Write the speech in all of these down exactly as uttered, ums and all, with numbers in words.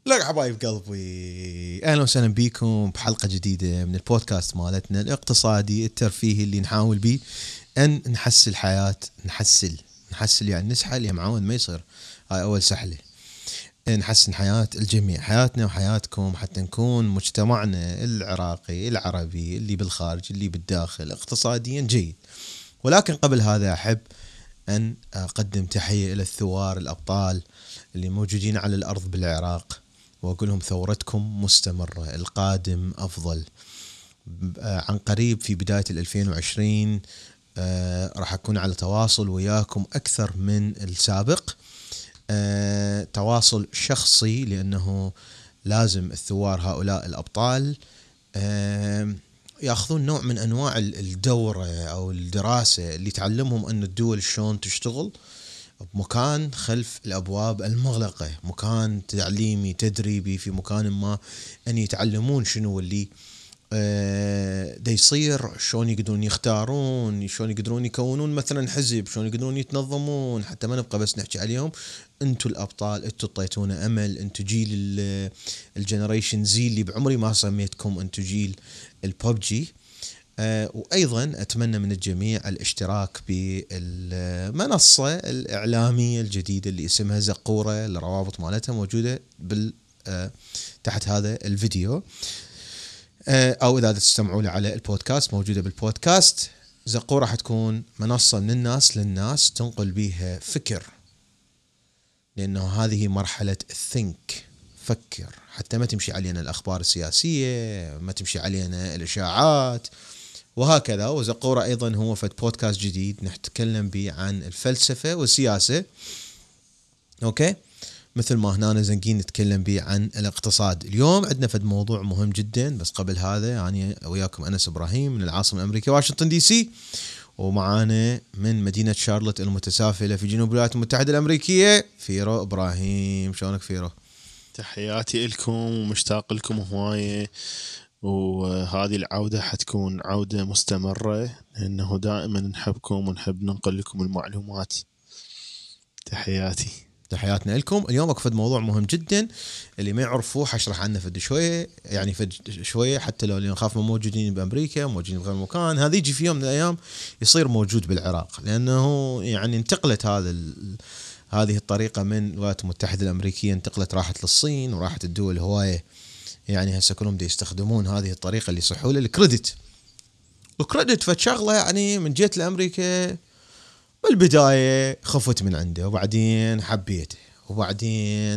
لك حبايب قلبي، اهلا وسهلا بكم بحلقه جديده من البودكاست مالتنا الاقتصادي الترفيهي اللي نحاول به ان نحسن الحياه. نحسن نحسن يعني نسحل يا معود ما يصير. هاي اول سحله، نحسن حياه الجميع، حياتنا وحياتكم، حتى نكون مجتمعنا العراقي العربي اللي بالخارج اللي بالداخل اقتصاديا جيد. ولكن قبل هذا احب ان اقدم تحيه الى الثوار الابطال اللي موجودين على الارض بالعراق، وأقول لهم ثورتكم مستمرة، القادم أفضل. عن قريب في بداية الألفين وعشرين آه راح أكون على تواصل وياكم أكثر من السابق، آه تواصل شخصي، لأنه لازم الثوار هؤلاء الأبطال آه يأخذون نوع من أنواع الدورة أو الدراسة اللي تعلمهم أن الدول شلون تشتغل بمكان خلف الأبواب المغلقة، مكان تعليمي تدريبي في مكان ما، أن يتعلمون شنو اللي آه دا يصير، شلون يقدرون يختارون، شلون يقدرون يكونون مثلا حزب، شلون يقدرون يتنظمون، حتى ما نبقى بس نحكي عليهم. انتوا الأبطال، انتوا اعطيتونا أمل، انتوا جيل الجنريشن زي اللي بعمري ما سميتكم، انتوا جيل الببجي. أه وأيضا أتمنى من الجميع الاشتراك بالمنصة الإعلامية الجديدة اللي اسمها زقورة، الروابط مالتها موجودة بال أه تحت هذا الفيديو، أه أو إذا تستمعوا لي على البودكاست موجودة بالبودكاست. زقورة حتكون منصة من الناس للناس تنقل بيها فكر، لأنه هذه مرحلة الثينك، فكر، حتى ما تمشي علينا الأخبار السياسية، ما تمشي علينا الإشاعات وهكذا. وزقورة أيضا هو فد بودكاست جديد نتكلم به عن الفلسفة والسياسة، أوكي، مثل ما هنا زنقين نتكلم به عن الاقتصاد. اليوم عندنا فد موضوع مهم جدا، بس قبل هذا يعني وياكم أنس إبراهيم من العاصمة الأمريكية واشنطن دي سي، ومعانا من مدينة شارلوت المتسافلة في جنوب الولايات المتحدة الأمريكية فيرو إبراهيم. شلونك فيرو؟ تحياتي لكم ومشتاق لكم هواية، وهذه العودة حتكون عودة مستمرة لأنه دائما نحبكم ونحب ننقل لكم المعلومات. تحياتي تحياتنا لكم. اليوم أكفد موضوع مهم جدا، اللي ما يعرفوه حشرح عنه فد شوية، يعني فد شوية، حتى لو اللي نخاف من موجودين بأمريكا موجودين بغير مكان، هذا يجي في يوم من الأيام يصير موجود بالعراق، لأنه يعني انتقلت هذا ال... هذه الطريقة من الولايات المتحدة الأمريكية، انتقلت راحت للصين وراحت الدول هواية، يعني هسه كلهم دي يستخدمون هذه الطريقة اللي يصحوا له الكريدت. الكريدت فشغلة يعني من جيت لأمريكا بالبداية خفت من عنده، وبعدين حبيته، وبعدين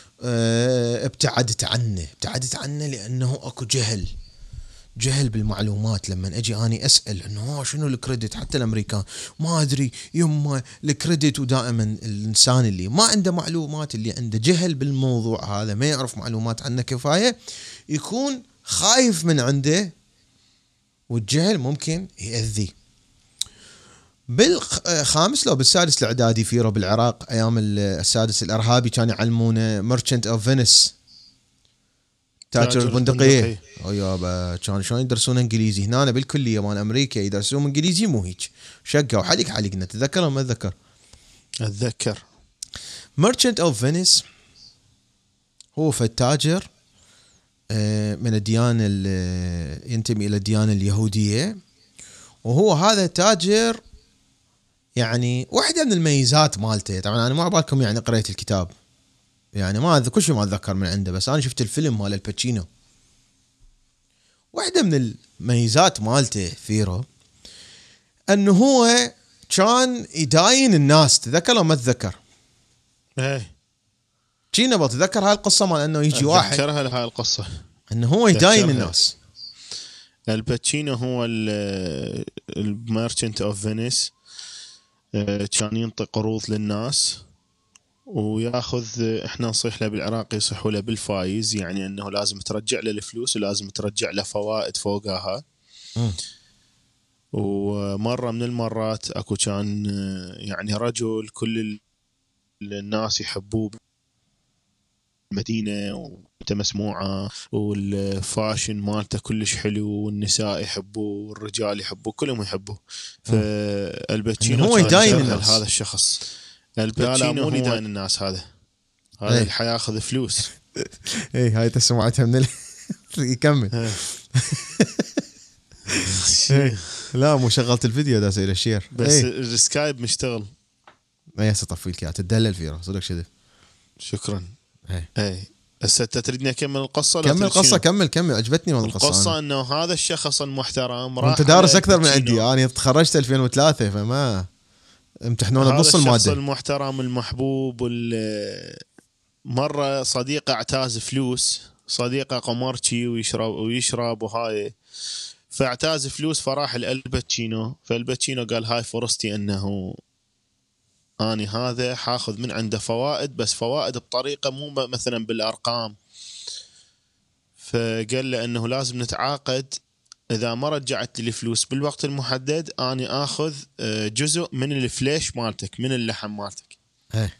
اه ابتعدت عنه ابتعدت عنه لأنه أكو جهل جهل بالمعلومات. لما أجي أني أسأل إنه شنو الكريدت، حتى الأمريكان ما أدري يما الكريدت، ودائما الإنسان اللي ما عنده معلومات، اللي عنده جهل بالموضوع هذا، ما يعرف معلومات عنه كفاية، يكون خايف من عنده، والجهل ممكن يأذي. بالخامس لو بالسادس الإعدادي فيرو بالعراق، أيام السادس الإرهابي كان يعلمونه مرشنت أوف فينيس، تاجر البندقية. أو يابا كان شلون يدرسون إنجليزي هنا بالكلية مال أمريكا، يدرسون إنجليزي مو هيك شقة وحلق حلقنا. تذكر ولا ما تذكر؟ أتذكر. مرشنت أوف فينيس هو فتاجر من الديانة، ينتمي إلى الديانة اليهودية، وهو هذا تاجر يعني واحدة من الميزات مالته. طبعا أنا ما أبالكم يعني قريت الكتاب، يعني ما كل شيء ما أتذكر من عنده، بس أنا شفت الفيلم مال الباتشينو. واحدة من الميزات مالته فيرو أنه هو كان يداين الناس. تذكر أو ما تذكر؟ ايه تشينا بل تذكر هاي القصة مال أنه يجي واحد أتذكرها لهاي القصة، أنه هو يداين الناس. الباتشينو هو الميرشنت اوف فينيس، كان ينطي قروض للناس وياخذ، احنا نصيح له بالعراقي يصحوا له بالفايز، يعني انه لازم ترجع له الفلوس ولازم ترجع له فوائد فوقها. م. ومرة من المرات اكو كان يعني رجل كل الناس يحبوه بالمدينة وانت مسموعة، والفاشن مالته كلش حلو، والنساء يحبوه والرجال يحبوه، كلهم يحبوه. فالباتشينو هو يداين الناس. هذا الشخص الباتشينو هو يداين الناس، هذا هذا اللي حياخذ فلوس. اي هاي تسمعتها من ال... يكمل. إيه. لا مو شغلت الفيديو ده سوي له شير بس إيه. السكايب مشتغل. ما يستطفي لك تدلل فيه صدق شذي. شكرا. اي اي بس انت تريدني اكمل القصه؟ كمل القصه كمل كمل عجبتني والله القصه. القصه انه هذا الشخص المحترم راح انت دارس اكثر من عندي انا يعني تخرجت ألفين وثلاثة فما امتحنونا بنص الماده. هذا الشخص المحترم المحبوب مره صديقه اعتاز فلوس، صديقه قمرشي ويشرب ويشرب وهاي، فاعتاز فلوس فراح الباتشينو، فالباتشينو قال هاي فرصتي انه اني هذا حاخذ من عنده فوائد، بس فوائد بطريقه مو مثلا بالارقام. فقال له انه لازم نتعاقد، اذا ما رجعت لي الفلوس بالوقت المحدد اني اخذ جزء من الفليش مالتك، من اللحم مالتك. ايه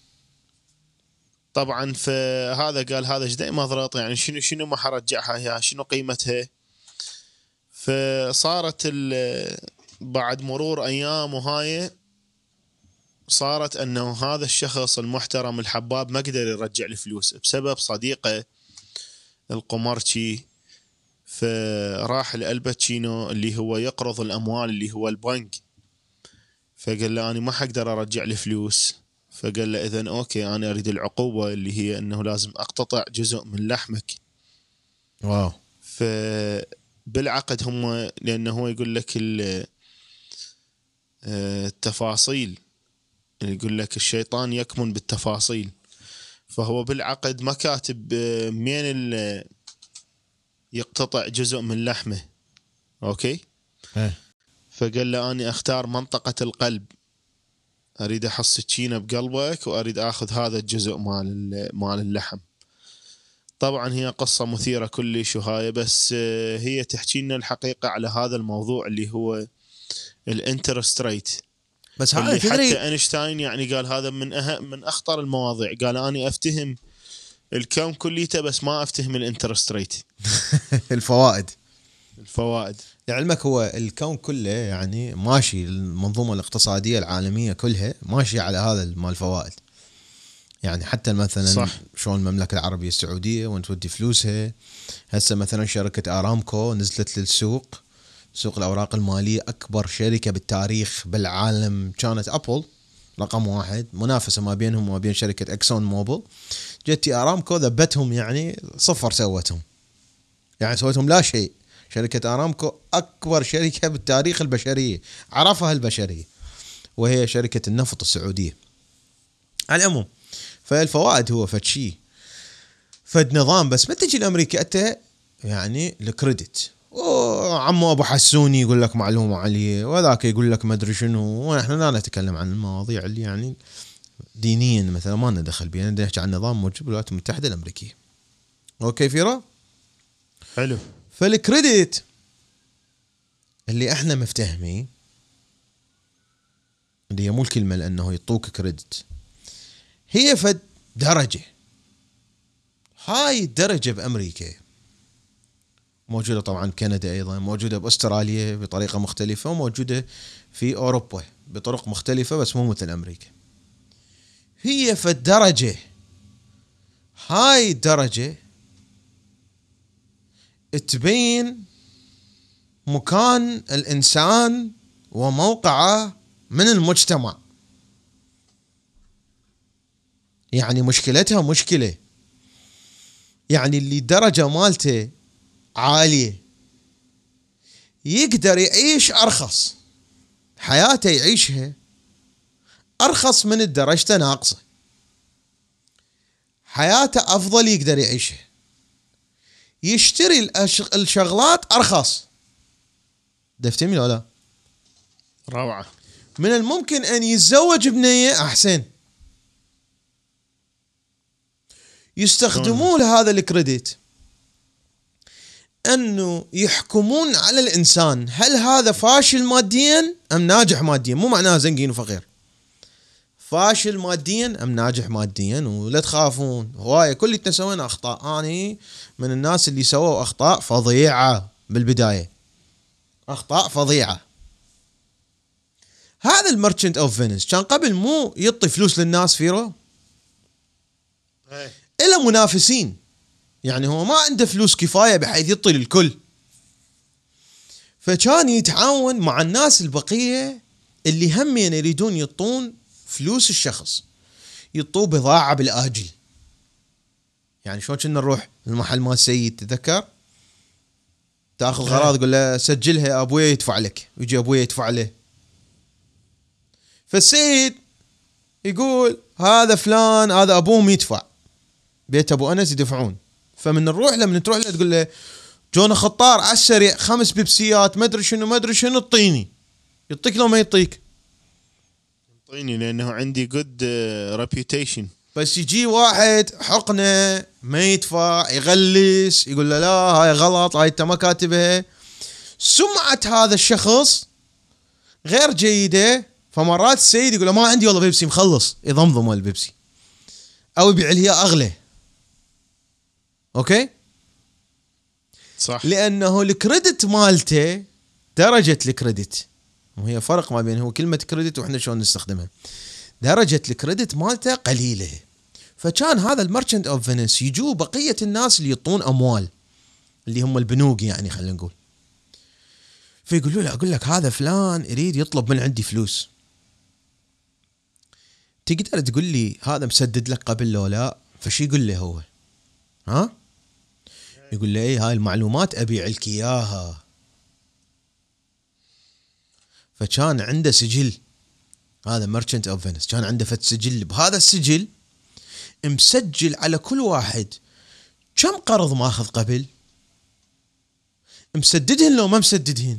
طبعا فهذا قال هذا ايش مضرط يعني شنو شنو ما حرجعها هي شنو قيمتها. فصارت بعد مرور ايام وهاي صارت انه هذا الشخص المحترم الحباب ما قدر يرجع الفلوس بسبب صديقه القمرشي. فراح للباتشينو اللي هو يقرض الاموال اللي هو البنك، فقال له انا ما حقدر ارجع الفلوس. فقال له اذا اوكي انا اريد العقوبه اللي هي انه لازم اقتطع جزء من لحمك. واو. فبالعقد هم لانه هو يقول لك التفاصيل، يقول لك الشيطان يكمن بالتفاصيل، فهو بالعقد ما كاتب مين يقتطع جزء من لحمه. اوكي هي. فقال له اني اختار منطقة القلب، اريد احط سكينة بقلبك واريد اخذ هذا الجزء مال مال اللحم. طبعا هي قصة مثيرة كلش وهاي، بس هي تحكي لنا الحقيقة على هذا الموضوع اللي هو الانترست ريت. بس اللي حتى حتى اينشتاين يعني قال هذا من أهم من اخطر المواضيع، قال اني افتهم الكون كليته بس ما افتهم الانترست ريت. الفوائد الفوائد لعلمك هو الكون كله يعني ماشي، المنظومة الاقتصادية العالمية كلها ماشية على هذا مال الفوائد. يعني حتى مثلا صح. شلون المملكة العربية السعودية وانت تودي فلوسها هسه مثلا شركة ارامكو نزلت للسوق، سوق الأوراق المالية، أكبر شركة بالتاريخ بالعالم كانت أبل رقم واحد، منافسة ما بينهم وما بين شركة إكسون موبل. جتي أرامكو ذبتهم يعني صفر سوتهم، يعني سوتهم لا شيء. شركة أرامكو أكبر شركة بالتاريخ البشرية عرفها البشرية، وهي شركة النفط السعودية. على العموم فالفوائد هو فد شيء فد نظام، بس ما تجي الأمريكا أنت يعني الكريدت عمو أبو حسوني يقول لك معلومة عليه وذاك يقول لك ما أدري شنو، ونحن لا نتكلم عن المواضيع اللي يعني دينيا مثلا ما ندخل بيها، نحكي عن نظام موجود بالولايات المتحدة الأمريكية. أوكي فيرا حلو. فالكريدت اللي احنا مفتهمين اللي هي مو الكلمة لأنه يطوك كريدت، هي فد درجة. هاي الدرجة بأمريكا موجودة طبعا بكندا أيضا، موجودة بأستراليا بطريقة مختلفة، وموجودة في أوروبا بطرق مختلفة بس مو مثل أمريكا. هي في الدرجة هاي الدرجة تبين مكان الإنسان وموقعه من المجتمع. يعني مشكلتها مشكلة، يعني اللي درجة مالته عالية يقدر يعيش أرخص، حياته يعيشها أرخص من الدرجة ناقصة، حياته أفضل يقدر يعيشها، يشتري الشغلات أرخص. دفتمي ولا لا؟ روعة. من الممكن أن يتزوج بنية أحسن. يستخدمون هذا الكريدت أنه يحكمون على الإنسان هل هذا فاشل ماديا أم ناجح ماديا. مو معناه زنقين وفقير، فاشل ماديا أم ناجح ماديا. ولا تخافون هواية كل اللي تسوين أخطاء، أنا من الناس اللي سووا أخطاء فظيعة بالبداية، أخطاء فظيعة. هذا المرشنت أوف فينيس كان قبل مو يعطي فلوس للناس فيرو، إلى منافسين، يعني هو ما عنده فلوس كفاية بحيث يعطي للكل، فكان يتعاون مع الناس البقية اللي هم يريدون يطون فلوس الشخص، يطوه بضاعة بالآجل. يعني شلون كنا نروح المحل مال السيد، تذكر تاخذ غراض تقول له سجلها ابوي يدفع لك، ويجي ابوي يدفع له. فالسيد يقول هذا فلان هذا ابوهم يدفع، بيت ابو انس يدفعون. فمن نروح له من تروح له تقول له جونا خطار على السريع خمس بيبسيات ما ادري شنو ما ادري شنو اعطيني، يعطيك لو ما يعطيك اعطيني لانه عندي جود ريبيوتيشن. بس يجي واحد حقنه ما يدفع يغلس يقول له لا هاي غلط هاي انت ما كاتبها، سمعة هذا الشخص غير جيدة. فمرات السيد يقول له ما عندي والله بيبسي مخلص، يضمضم البيبسي او يبيع لي اغلى. اوكي صح، لانه الكريدت مالته درجة الكريدت، وهي فرق ما بين هو كلمة كريدت واحنا شلون نستخدمها. درجة الكريدت مالته قليلة، فكان هذا المرشنت اوف فينيس يجوا بقية الناس اللي يطون اموال اللي هم البنوك يعني خلينا نقول، فيقولوا له اقول لك هذا فلان يريد يطلب من عندي فلوس، تقدر تقول لي هذا مسدد لك قبل لو لا؟ فشي يقول له هو ها يقول له ايه هاي المعلومات ابيع لك اياها. فكان عنده سجل، هذا مرشنت اوف فينيس كان عنده فت سجل، بهذا السجل مسجل على كل واحد كم قرض ماخذ قبل، مسددهن لو ما مسددهن،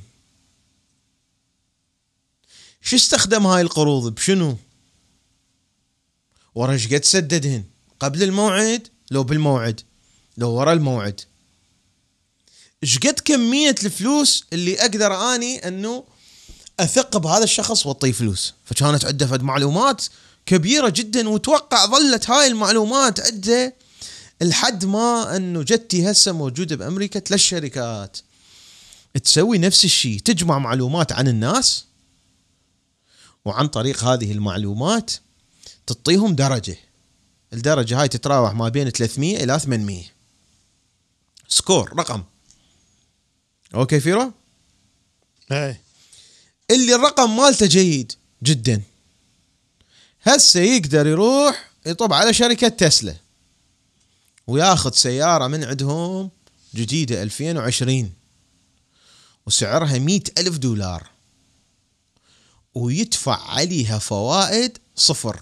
شو استخدم هاي القروض بشنو، ورا ايش قد سددهن قبل الموعد لو بالموعد لو ورا الموعد، ايش قد كمية الفلوس اللي اقدر اني انه اثق بهذا الشخص واعطيه فلوس. فكانت عنده فد معلومات كبيرة جدا، وتوقع ظلت هاي المعلومات عنده لحد ما انه جتي هسه موجودة بامريكا ثلاث شركات تسوي نفس الشيء، تجمع معلومات عن الناس، وعن طريق هذه المعلومات تعطيهم درجة، الدرجة هاي تتراوح ما بين ثلاثمية الى ثمانمية سكور رقم. اوكي فيرو اي اللي الرقم مالته جيد جدا هسه يقدر يروح يطب على شركة تسلا وياخذ سيارة من عندهم جديدة ألفين وعشرين وسعرها مئة ألف دولار، ويدفع عليها فوائد صفر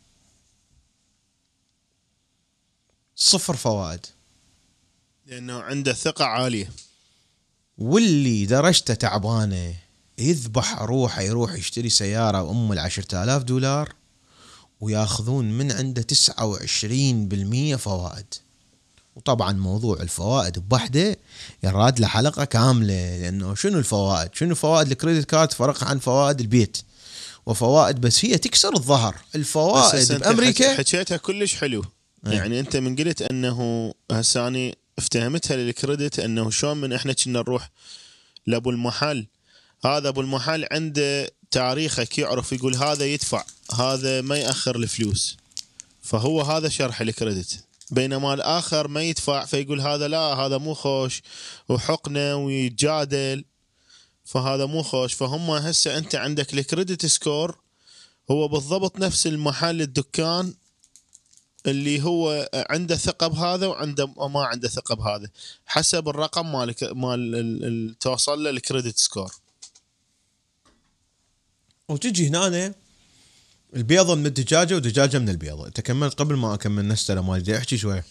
صفر فوائد، لانه عنده ثقة عالية. واللي درجته تعبانة يذبح روحه يروح يشتري سيارة أم العشرة آلاف دولار وياخذون من عنده تسعة وعشرين بالمية فوائد. وطبعا موضوع الفوائد بوحده يراد له حلقة كاملة، لأنه شنو الفوائد، شنو فوائد الكريدت كارد فرق عن فوائد البيت، وفوائد بس هي تكسر الظهر. الفوائد بأمريكا حكيتها كلش حلو. أي. يعني أنت من قلت أنه هساني افتهمتها للكريدت أنه شلون من إحنا كنا نروح لأبو المحل، هذا أبو المحل عنده تاريخك يعرف يقول هذا يدفع هذا ما يأخر الفلوس، فهو هذا شرح الكريدت. بينما الآخر ما يدفع فيقول هذا لا هذا مو خوش وحقنه ويتجادل، فهذا مو خوش. فهم هسه أنت عندك الكريدت سكور هو بالضبط نفس المحل الدكان اللي هو عنده ثقة بهذا وعنده ما عنده ثقة بهذا، حسب الرقم مال مال توصل له الكريدت سكور. وتجي هنا البيضة من الدجاجة ودجاجة من البيضة. انت كملت قبل ما اكمل نستر ما بدي احكي شوي.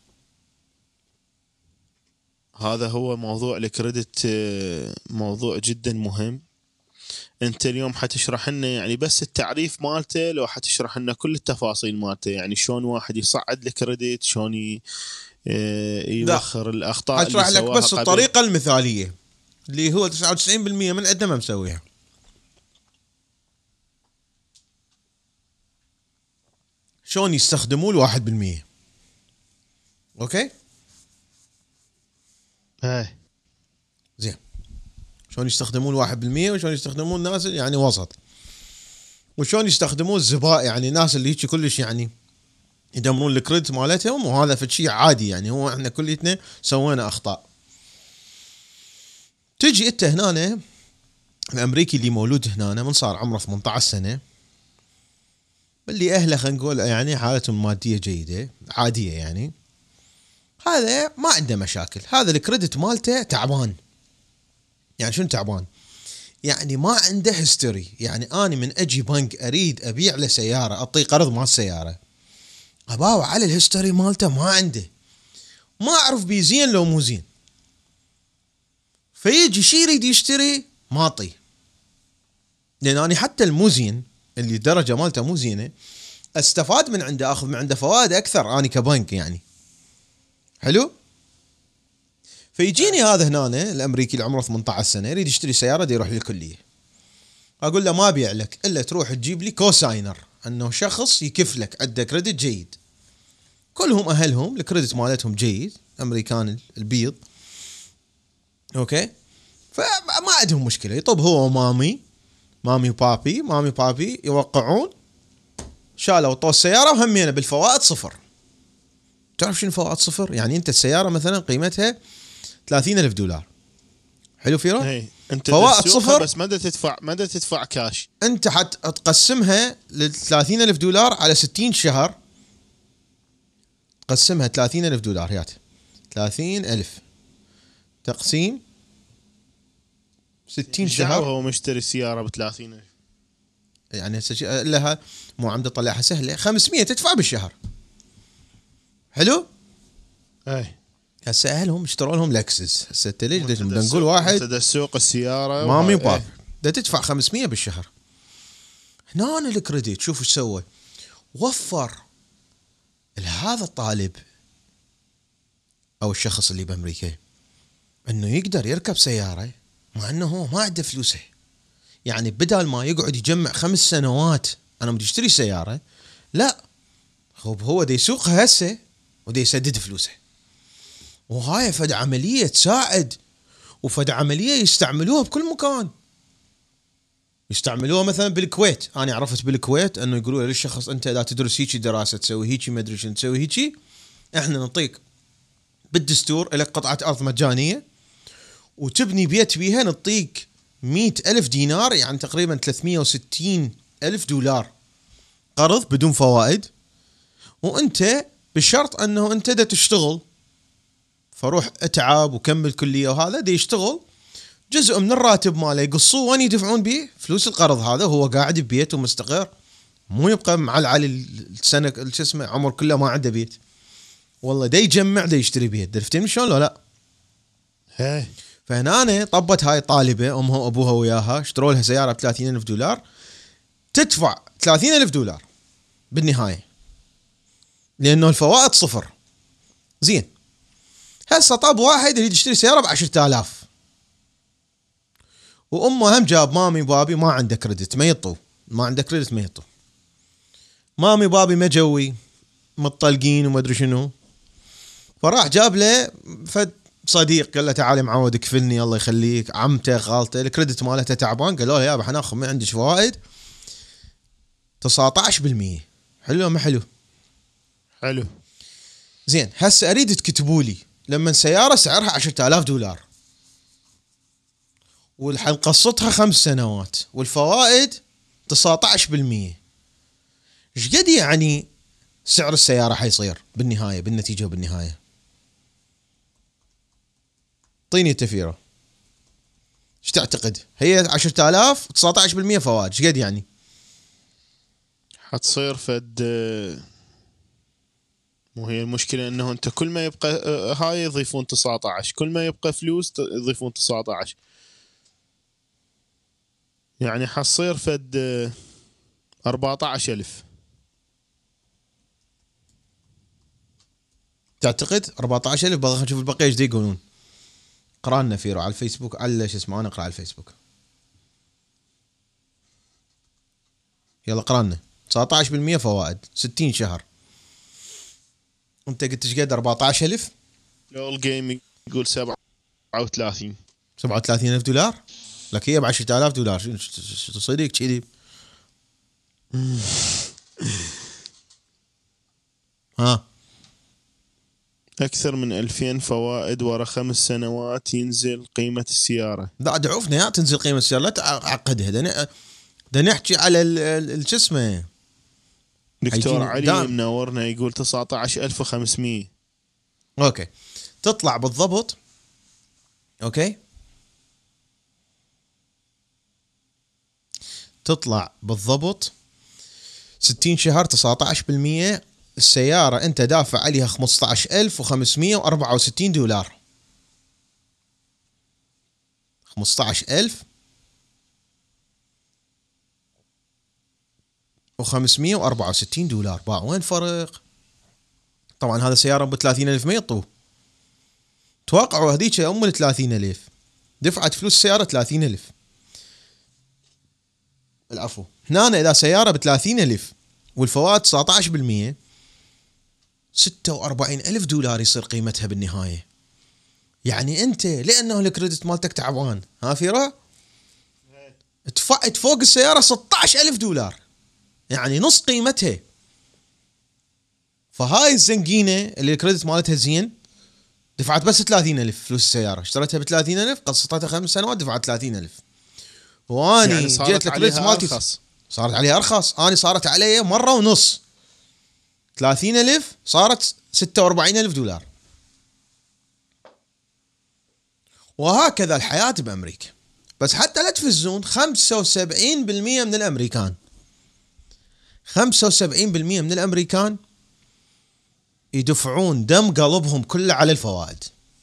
هذا هو موضوع الكريدت، موضوع جدا مهم. انت اليوم حتشرح لنا يعني بس التعريف مالته، لو حتشرح لنا كل التفاصيل مالته، يعني شلون واحد يصعد الكريدت، شلون يوخر الاخطاء اللي حشرح لك بس قبل. الطريقة المثالية اللي هو تسعة وتسعين بالمية من عندنا ما مسويها. شلون يستخدموه الواحد بالمية. اوكي هاي زين، شلون يستخدمون واحد بالمية وشلون يستخدمون الناس يعني وسط، وشلون يستخدمون الزبائن يعني ناس اللي هيك كلش يعني يدمرون الكريدت مالتهم، وهذا في شيء عادي يعني. هو احنا كليتنا سوينا اخطاء. تجي انت هنا الامريكي اللي مولود هنا من صار عمره ثمانية عشر سنه، اللي اهله خلينا نقول يعني حالتهم الماديه جيده عاديه يعني، هذا ما عنده مشاكل. هذا الكريدت مالته تعبان. يعني شنو تعبان؟ يعني ما عنده هيستوري. يعني اني من اجي بنك اريد ابيع له سياره، اعطيه قرض مال سياره، اباوع على الهيستوري مالته ما عنده، ما اعرف بيه زين لو مو زين. فيجي شي يريد يشتري ما اعطيه، لان اني حتى المو زين اللي الدرجه مالته مو زينه استفاد من عنده، اخذ من عنده فوائد اكثر اني كبنك يعني. حلو. فيجيني هذا هنا الامريكي اللي عمره ثمانية عشر سنه يريد يشتري سياره دي يروح للكليه، اقول له ما ابيع لك الا تروح تجيب لي كوساينر، انه شخص يكفلك عنده كريدت جيد. كلهم اهلهم الكريدت مالتهم جيد، امريكان البيض، اوكي. فما عندهم مشكله، يطب هو ومامي، مامي وبابي، مامي وبابي يوقعون، شالوا طو السياره وهمينا بالفوائد صفر. تعرف شنو فوائد صفر؟ يعني انت السياره مثلا قيمتها ثلاثين ألف دولار، حلو فيرو؟ اي انت فوائد صفر، بس ما تدفع ما تدفع كاش. انت حتقسمها لل ثلاثين ألف دولار على ستين شهر، قسمها ثلاثين ألف دولار يات ثلاثين ألف تقسيم ستين شهر. هو مشتري السياره ب ثلاثين ألف يعني هسه لها مو عم تطلعها سهله، خمسمية تدفع بالشهر. حلو. اي هسه اهلهم اشتروا لهم لكسس. هسه انت ليش ليش بدنا نقول واحد تسوق السياره مامي وباب ده تدفع خمسمية بالشهر. هنا الكريديت شوف ايش سوى، وفر لهذا الطالب او الشخص اللي بامريكا انه يقدر يركب سياره مع انه هو ما عنده فلوسه. يعني بدل ما يقعد يجمع خمس سنوات انا بدي اشتري سياره، لا هو هو دي يسوقها هسه ودي يسدد فلوسه. وهاي فد عمليه تساعد، وفد عمليه يستعملوها بكل مكان. يستعملوها مثلا بالكويت، انا عرفت بالكويت انه يقولوا للشخص انت اذا تدرس هيجي دراسه تسوي هيجي ما ادري شنو تسوي هيجي، احنا نعطيك بالدستور لك قطعه ارض مجانيه وتبني بيت بيها، نعطيك مئة ألف دينار يعني تقريبا ثلاثمية وستين ألف دولار قرض بدون فوائد، وانت بشرط انه انت دا تشتغل. فروح اتعب وكمل كليه، وهذا دي يشتغل جزء من الراتب ماله يقصوه وين يدفعون به فلوس القرض. هذا هو قاعد ببيته مستقر، مو يبقى معلعل السنه شو اسمه عمر كله ما عنده بيت. والله دا يجمع دا يشتري بيت. عرفتين شلون ولا لا؟ هي فهنا طبت هاي طالبه امها وابوها وياها اشتروا لها سياره ب ثلاثين ألف دولار، تدفع ثلاثين ألف دولار بالنهايه لانه الفوائد صفر. زين هسه طب واحد يريد يشتري سياره ب عشرة آلاف، وامه هم جاب مامي وبابي ما عنده كريدت ما يطوا، ما عنده كريدت ما يطوا، مامي وبابي ما جوي متطلقين وما ادري شنو. فراح جاب له فد صديق قال له تعال معود كفلني الله يخليك، عمته خالته الكريدت مالته تعبان، قالوا له يابا حناخذ ما عندك فوائد تسعة عشر بالمية. حلو ما حلو؟ حلو. زين هسه اريد تكتبوا لي لما سياره سعرها عشرة آلاف دولار والحنقسطها خمس سنوات والفوائد تسعة عشر بالمية، ايش قد يعني سعر السياره حيصير بالنهايه بالنتيجه بالنهايه؟ اعطيني تفيره. ايش تعتقد؟ هي عشرة آلاف تسعة عشر بالمية فوائد ايش قد يعني؟ حتصير فد. مو هي المشكله انه انت كل ما يبقى هاي يضيفون تسعة عشر، كل ما يبقى فلوس يضيفون تسعة عشر، يعني حتصير فد أربعة عشر ألف. تعتقد أربعة عشر ألف؟ بغى نشوف البقيه ايش يقولون. قرانا فيرو على الفيسبوك على شو اسمه، انا اقرا على الفيسبوك. يلا قرانا. تسعة عشر بالمية فوائد ستين شهر. انت قلت ايش قد؟ أربعة عشر ألف. لو الجيم يقول سبعة وثلاثين سبعة وثلاثين ألف دولار، لك هي ب عشرة آلاف دولار. شو تصيدك كذي؟ ها أكثر من ألفين فوائد ورا خمس سنوات ينزل قيمة السيارة. لا دعوفنا يا تنزل قيمة السيارة، لا تعقدها. ده ده نحكي على شو اسمه. دكتور علي منورنا يقول تسعة عشر ألف وخمسمية. اوكي تطلع بالضبط. اوكي تطلع بالضبط ستين شهر تسعة عشر بالمية. السيارة انت دافع عليها خمسة عشر ألف وخمسمية وأربعة وستين دولار. خمسة عشر ألف وخمسمية وأربعة وستين دولار. با وين فرق؟ طبعا هذا سيارة بثلاثين ألف ما يطوه. توقعوا هذيك أم الثلاثين ألف دفعت فلوس السيارة ثلاثين ألف. العفو. هنا إذا سيارة بثلاثين ألف والفوائد تسعة عشر بالمية ستة وأربعين ألف دولار يصير قيمتها بالنهاية. يعني أنت لأنه الكريدت مالتك تعبان ها فيرا دفعت فوق السيارة ستة عشر ألف دولار، يعني نص قيمتها. فهاي الزنقينة اللي الكريدت مالتها زين دفعت بس ثلاثين ألف فلوس السيارة، اشتريتها بثلاثين ألف قسطتها خمس سنوات دفعت ثلاثين ألف. واني يعني جيت الكريدت مالتي صارت عليها أرخص. أنا صارت علي مرة ونص ثلاثين ألف صارت ستة وأربعين ألف دولار. وهكذا الحياة بأمريكا. بس حتى لا تفزون خمسة وسبعين بالمية من الأمريكان خمسة وسبعين بالمية من الأمريكان يدفعون دم قلبهم كله على الفوائد.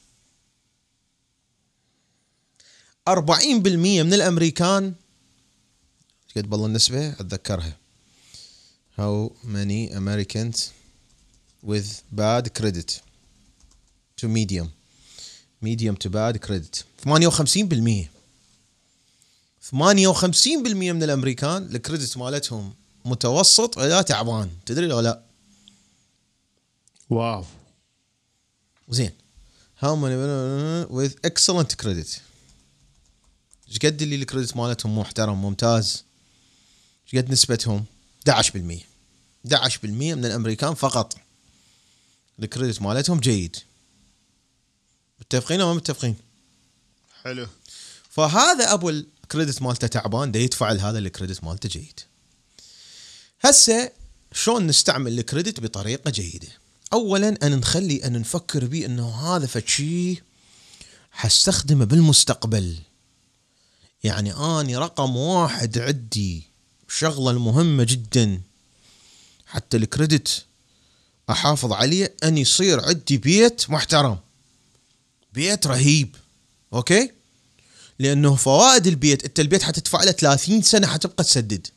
أربعين بالمية من الأمريكان قد بالله النسبة أتذكرها. How many Americans with bad credit to medium medium to bad credit؟ ثمانية وخمسين بالمية ثمانية وخمسين بالمية من الأمريكان الكريدت مالتهم متوسط ولا تعبان. تدري لو لا؟ واو زين. How many with excellent credit؟ ايش قد اللي الكريدت مالتهم محترم ممتاز؟ ايش قد نسبتهم؟ أحد عشر بالمية أحد عشر بالمية من الامريكان فقط الكريدت مالتهم جيد. متفقين او ما متفقين؟ حلو. فهذا ابو الكريدت مالته تعبان ده يدفع لهذا الكريدت مالته جيد. هسه شلون نستعمل الكريدت بطريقه جيده؟ اولا ان نخلي ان نفكر بيه انه هذا فشي حستخدمه بالمستقبل. يعني اني رقم واحد عندي شغله المهمه جدا حتى الكريدت احافظ عليه ان يصير عندي بيت محترم، بيت رهيب. اوكي، لانه فوائد البيت انت البيت حتدفع له ثلاثين سنه حتبقى تسدد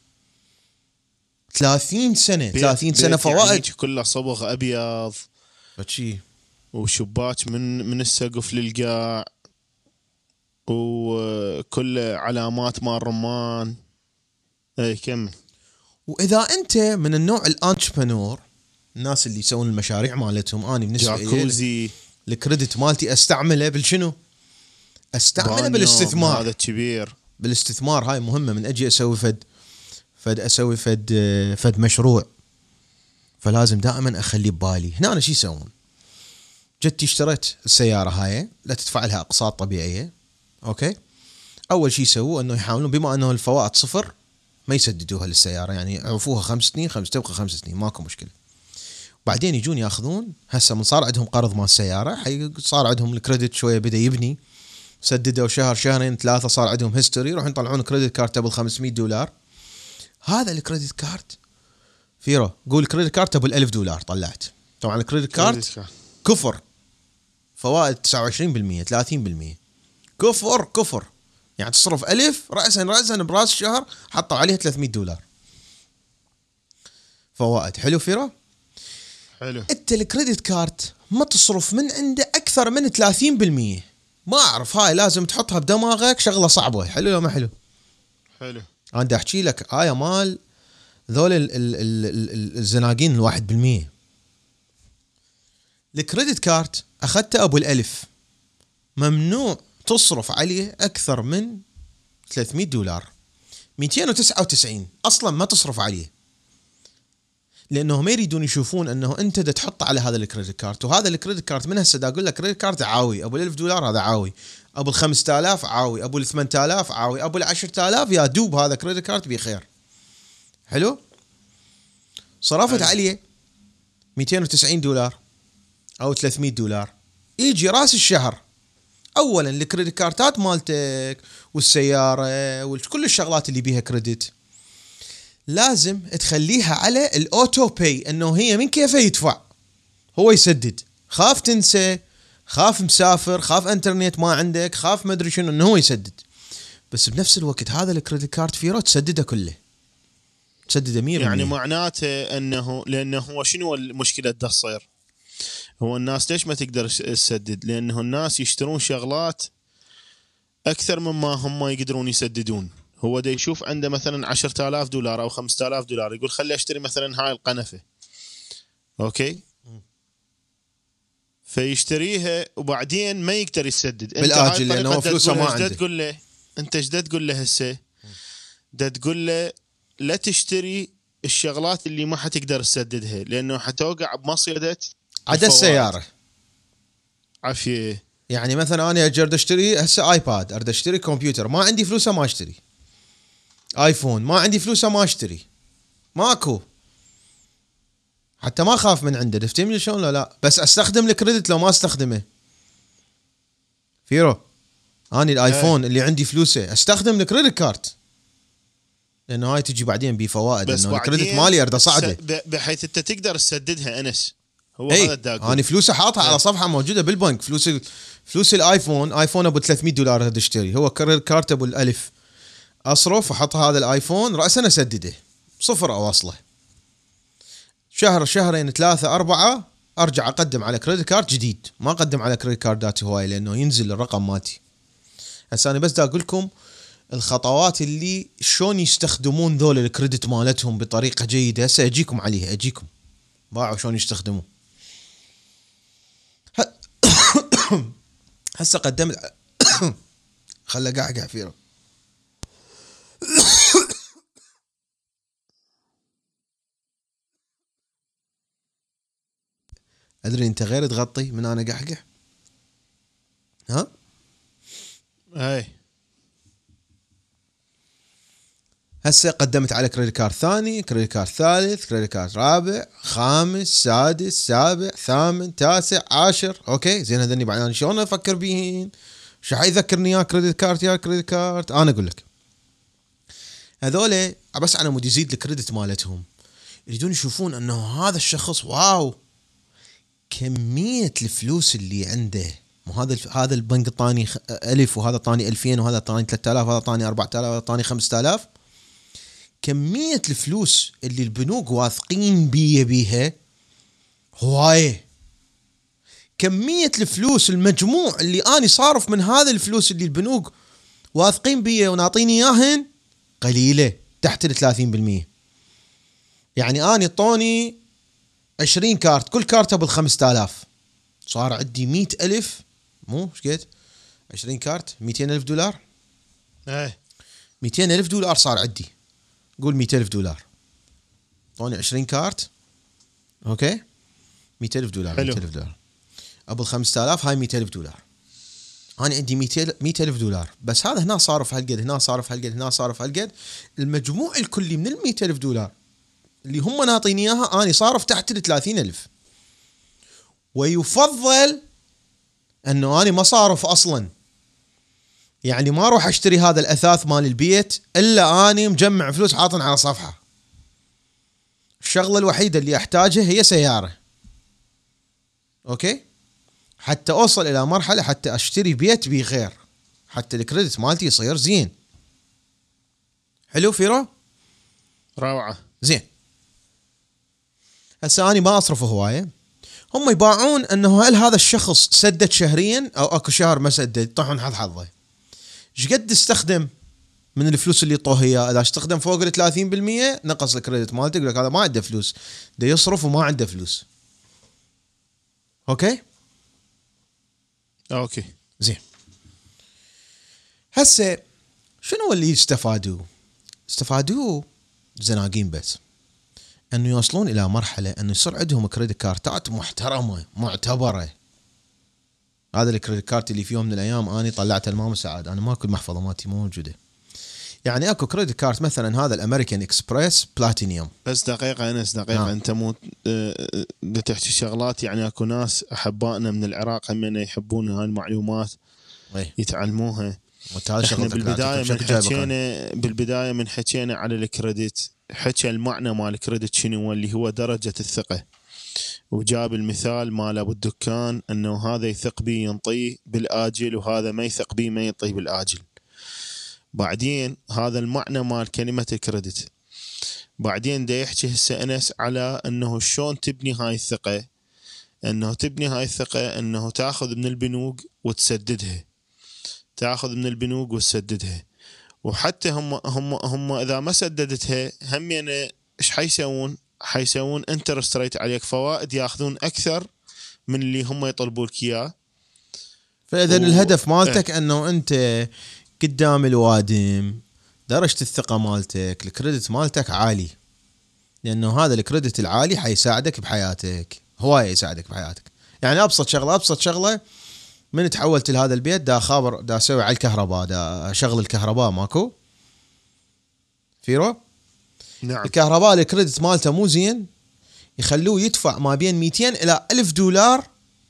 ثلاثين سنه ثلاثين سنه فوائد. يعني كله صبغ ابيض فشي وشباك من من السقف للقاع وكل علامات مال رمان. اي كمل. واذا انت من النوع الانتربرنور الناس اللي يسوون المشاريع مالتهم، اني بالنسبه لي الكريدت مالتي استعمله بالشنو؟ استعمله بالاستثمار. هذا كبير بالاستثمار. هاي مهمه. من اجي اسوي فد فد اسوي فد فد مشروع فلازم دائما اخلي ببالي هنا انا شو يسوون. جت اشتريت السياره هاي لا تدفع لها اقساط طبيعيه. اوكي، اول شيء يسووه انه يحاولون بما انه الفوائد صفر ما يسددوها للسياره، يعني يعوفوها خمس سنين خمس تبقى خمس سنين ماكو مشكله. بعدين يجون ياخذون هسه من صار عندهم قرض مال السياره حي صار عندهم الكريدت شويه بدا يبني، سددوا شهر شهرين ثلاثه صار عندهم هيستوري، يروحون يطلعون كريدت كارت ابو خمسمية دولار. هذا الكريدت كارت فيرو قول كريدت كارت ابو ألف دولار طلعت. طبعا الكريدت كارت كفر فوائد تسعة وعشرين بالمية ثلاثين بالمية كفر كفر. يعني تصرف ألف رأسا رأسا براس الشهر حطوا عليها ثلاثمية دولار فوائد. حلو فيرو؟ حلو. انت الكريدت كارت ما تصرف من عنده اكثر من ثلاثين بالمية. ما اعرف هاي لازم تحطها بدماغك شغله صعبه. حلو ولا ما حلو؟ حلو. انا دا احكي لك آية مال ذول ال ال ال الزناقين الواحد بالمية. الكريدت كارت اخذته ابو الالف ممنوع تصرف عليه اكثر من ثلاثمية دولار. مئتين وتسعة وتسعين اصلا ما تصرف عليه. لانه ما يريدون يشوفون انه انت دا تحط على هذا الكريدت كارت، وهذا الكريدت كارت من هسه دا اقول لك كريدت كارت عاوي، ابو الألف دولار هذا عاوي، ابو الخمسة آلاف عاوي، ابو الثمانية آلاف عاوي، ابو العشرة آلاف يا دوب هذا كريدت كارت بخير. حلو. صرفت عليه مئتين وتسعين دولار او ثلاثمئة دولار، يجي راس الشهر اولا الكريدت كارتات مالتك والسياره وكل الشغلات اللي بيها كريدت لازم تخليها على الاوتو باي، انه هي من كيفه يدفع هو يسدد. خاف تنسى، خاف مسافر، خاف انترنت ما عندك، خاف ما ادري شنو، انه هو يسدد. بس بنفس الوقت هذا الكريدت كارت فيرو تسدده كله، تسدده مية بالمية. يعني معناته انه لانه هو شنو المشكله ده تصير؟ هو الناس ليش ما تقدر تسدد؟ لانه الناس يشترون شغلات اكثر مما هم يقدرون يسددون. هو دا يشوف عنده مثلا عشرة آلاف دولار او خمسة آلاف دولار، يقول خلي اشتري مثلا هاي القنفه، اوكي، فيشتريها وبعدين ما يقدر يسدد بالاجل لانه فلوسه ما عنده. تقول له انت ايش تقول له هسه؟ دا تقول له لا تشتري الشغلات اللي ما حتقدر تسددها، لانه حتوقع بمصيده عدا السياره. عافيه. يعني مثلا انا اجرد اشتري هسه ايباد، اريد اشتري كمبيوتر، ما عندي فلوسه ما اشتري. ايفون ما عندي فلوسه ما اشتري، ماكو، حتى ما خاف من عنده. تفتهمني شلون؟ لا لا، بس استخدم الكريدت لو ما استخدمه. فيرو اني الايفون اللي عندي فلوسه استخدم الكريدت كارت، لانه هاي تجي بعدين بفوائد، انه الكريدت مالي ارد اصعده بحيث انت تقدر تسددها. انس هو ايه هذا الداق. انا فلوسه حاطها على صفحه موجوده بالبنك. فلوس فلوس الايفون، ايفون ابو ثلاثمئة دولار هذا اشتري، هو كريدت كارت ابو الالف، اصرف احط هذا الايفون راسا اسدده صفر اوصله. شهر شهرين ثلاثه اربعه ارجع اقدم على كريدت كارت جديد، ما اقدم على كريدت كاردات هواي لانه ينزل الرقم مالتي. هسه انا بس دا اقول لكم الخطوات اللي شلون يستخدمون ذول الكريدت مالتهم بطريقه جيده. هسه اجيكم عليها، اجيكم باعوا شلون يستخدموا. هسه قدمت خله قاعد فيرو. ادري انت غير تغطي من انا قحقح. ها اي هسه قدمت على كريدت كارد ثاني، كريدت كارد ثالث، كريدت كارد رابع، خامس، سادس، سابع، ثامن، تاسع، عاشر. اوكي زين، هذني بعدين شلون افكر بيهن؟ شو حيذكرني يا كريدت كارد يا كريدت كارد؟ انا اقول لك هذول بس على مود يزيد الكريدت مالتهم، يريدون يشوفون انه هذا الشخص واو كمية الفلوس اللي عنده. مو هذا هذا البنك طاني ألف، وهذا طاني ألفين، وهذا طاني ثلاثة آلاف، وهذا طاني أربعة آلاف، وهذا طاني خمسة آلاف. كمية الفلوس اللي البنوك واثقين بيه بيها هواية. كمية الفلوس المجموع اللي أنا صارف من هذا الفلوس اللي البنوك واثقين بيه ونعطيني إياهن قليلة، تحت الثلاثين بالمية. يعني أنا طوني عشرين كارت، كل كارت ابو خمسة آلاف، صار عندي مئة ألف. مو ايش قد عشرين كارت مئتين ألف دولار. ايه مئتين ألف دولار صار عندي، قول مئة ألف دولار، طوني عشرين كارت، اوكي مئة ألف دولار. مئة ألف دولار ابو خمسة آلاف، هاي مئة ألف دولار. انا عندي مئة ألف دولار، بس هذا هنا صارف هالقد، هنا صارف هالقد، هنا صارف هالقد. المجموع الكلي من المئة ألف دولار اللي هم ناطيني اياها اني صارف تحت الثلاثين ألف. ويفضل انه اني ما صارف اصلا، يعني ما اروح اشتري هذا الاثاث مال البيت الا اني مجمع فلوس حاطن على صفحه. الشغله الوحيده اللي احتاجها هي سياره، اوكي، حتى اوصل الى مرحله حتى اشتري بيت بغير، حتى الكريدت مالتي يصير زين. حلو فيرو؟ روعه. زين هسه اني ما اصرف هوايه، هم يباعون انه هل هذا الشخص سدد شهريا او اكو شهر ما سدد، طحن حظ حظه. ايش قد استخدم من الفلوس اللي طوه اياه؟ اذا استخدم فوق ال ثلاثين بالمية نقص الكريدت مالته، يقول لك هذا ما عنده فلوس، ده يصرف وما عنده فلوس. اوكي اوكي زين. هسه شنو اللي استفادوا؟ استفادوا زناقين بس، انه يوصلون الى مرحله انه يصير عندهم كريدت كارتات محترمه معتبره. هذا الكريدت كارت اللي في يوم من الايام اني طلعت المام سعاد، انا ماكو المحفظه مالتي مو موجوده. يعني اكو كريدت كارت مثلا هذا الامريكان اكسبريس بلاتينيوم. بس دقيقه انس دقيقه آه. انت مو تحكي شغلات، يعني اكو ناس احبائنا من العراق هم يحبون هاي المعلومات أي. يتعلموها. احنا بالبدايه من حكينا بالبدايه من حكينا على الكريدت، حكى المعنى مال الكريدت شنو، اللي هو درجه الثقه، وجاب المثال مال ابو الدكان انه هذا يثق بي ينطيه بالاجل وهذا ما يثق بي ما ينطيه بالاجل. بعدين هذا المعنى مال كلمه الكريدت. بعدين دا يحكي هسه انس على انه شلون تبني هاي الثقه، انه تبني هاي الثقه انه تاخذ من البنوك وتسددها، تاخذ من البنوك وتسددها. وحتى هم هم هم اذا ما سددتها هم يعني ايش حيسوون؟ حيسوون انترست ريت عليك، فوائد ياخذون اكثر من اللي هم يطلبوا لك اياه. فاذا و... الهدف مالتك اه. انه انت قدام الوادم درجه الثقه مالتك الكريدت مالتك عالي، لانه هذا الكريدت العالي حيساعدك بحياتك، هوايه يساعدك بحياتك. يعني ابسط شغله ابسط شغله من تحولت لهذا البيت دا خابر دا اسوي على الكهرباء، دا شغل الكهرباء ماكو فيرو. نعم. الكهرباء الكريدت مالته مو زين، يخلوه يدفع ما بين مئتين الى ألف دولار.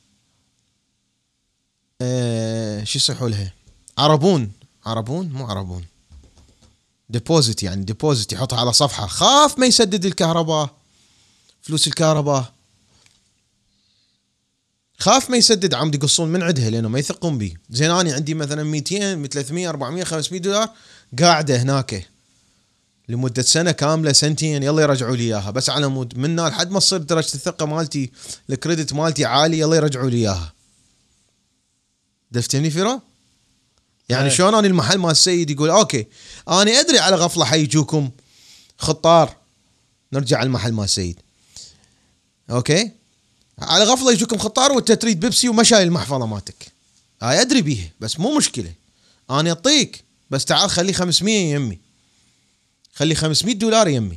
اه شو يصيحوا لها؟ عربون عربون مو عربون ديبوزيت، يعني ديبوزيت يحطها على صفحه، خاف ما يسدد الكهرباء، فلوس الكهرباء خاف ما يسدد، عم يقصون من عندها لانه ما يثقون بي. زين اني عندي مثلا مئتين ثلاثمية أربعمية خمسمية دولار قاعده هناك لمده سنه كامله سنتين، يلا يرجعوا لي اياها، بس على مود منا لحد ما تصير درجه الثقه مالتي الكريدت مالتي عالي يلا يرجعوا لي اياها. دفتني فيرا؟ يعني هي. شلون اني المحل مال السيد يقول اوكي انا ادري على غفله حيجوكم خطار، نرجع على المحل مال السيد اوكي على غفله يجوكم خطار وانت تريد بيبسي وما شايل المحفظه مالتك، هاي ادري بيها بس مو مشكله، انا اعطيك بس تعال خلي خمسمية يمي، خلي خمسمية دولار يمي،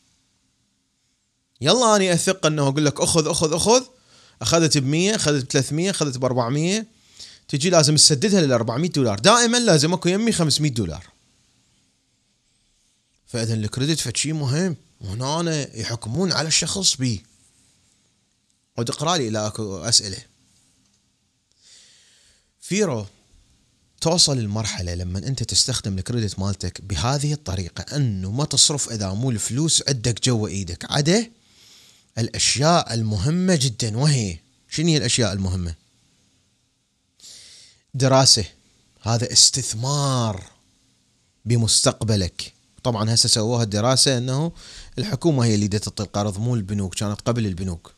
يلا اني اثق انه اقول لك اخذ اخذ اخذ اخذت بمية اخذت بثلاثمية اخذت باربعمية، تجي لازم تسددها للأربعمية دولار، دائما لازم اكو يمي خمسمية دولار. فاذا الكريدت فشي مهم، وهنا يحكمون على الشخص بيه. وتقرأ لي إلى أكو أسئلة. فيرو توصل المرحلة لما أنت تستخدم الكريدت مالتك بهذه الطريقة أنه ما تصرف إذا مو الفلوس عندك جوا إيدك، عدا الأشياء المهمة جدا. وهي شنو هي الأشياء المهمة؟ دراسة، هذا استثمار بمستقبلك. طبعا هسه سووها الدراسة أنه الحكومة هي اللي تعطي القرض مو البنوك، كانت قبل البنوك.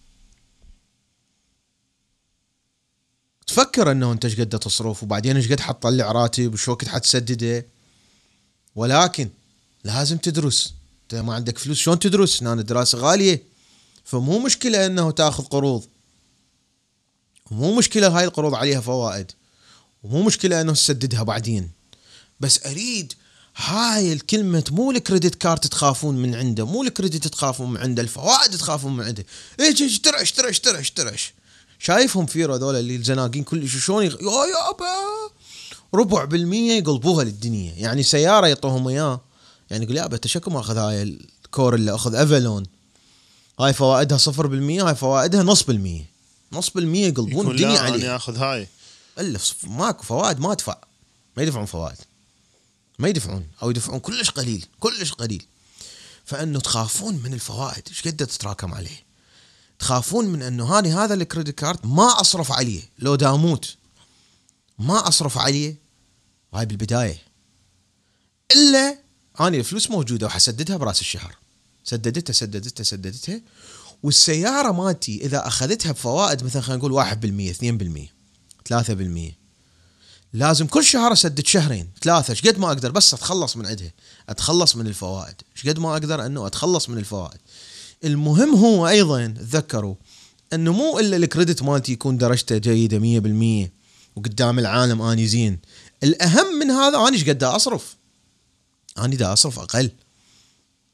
تفكر انه انت ايش قد تصرف وبعدين ايش قد حتطلع راتب وشو وقت حتسدده، ولكن لازم تدرس. انت ما عندك فلوس شلون تدرس؟ هنا الدراسه غاليه، فمو مشكله انه تاخذ قروض، ومو مشكله هاي القروض عليها فوائد، ومو مشكله انه تسددها بعدين. بس اريد هاي الكلمه مو الكريدت كارت تخافون من عنده، مو الكريدت تخافون من عنده، الفوائد تخافون من عنده. ايش اشترش اشترش اشترش اشترش شايفهم فيرو هذول اللي الزناقين كل شلون يغ... يا يابا ربع بالمية يقلبوها للدنيا. يعني سيارة يعطوهم اياه، يعني يقول يابا انت شكو ماخذ هاي الكور اللي اخذ افالون، هاي فوائدها صفر بالمية، هاي فوائدها نص بالمية، نص بالمية يقلبون الدنيا عليه. انا اخذ هاي الف ماكو فوائد، ما ادفع، ما يدفعون فوائد، ما يدفعون او يدفعون كلش قليل كلش قليل. فانه تخافون من الفوائد ايش قد تتراكم عليه، تخافون من انه هاني هذا الكريدت كارد ما اصرف عليه، لو داموت ما اصرف عليه هاي بالبدايه، الا اني الفلوس موجوده وحسددها براس الشهر، سددتها سددتها سددتها والسياره مالتي اذا اخذتها بفوائد مثلا خلينا نقول واحد بالمية اثنين بالمية ثلاثة بالمية، لازم كل شهر اسدد شهرين ثلاثه، ايش قد ما اقدر بس اتخلص من عندها، اتخلص من الفوائد، ايش قد ما اقدر انه اتخلص من الفوائد. المهم هو ايضا تذكروا انه مو الا الكريدت مالتي يكون درجته جيده مية بالمية وقدام العالم اني زين، الاهم من هذا اني ايش قد اصرف، اني دا اصرف اقل،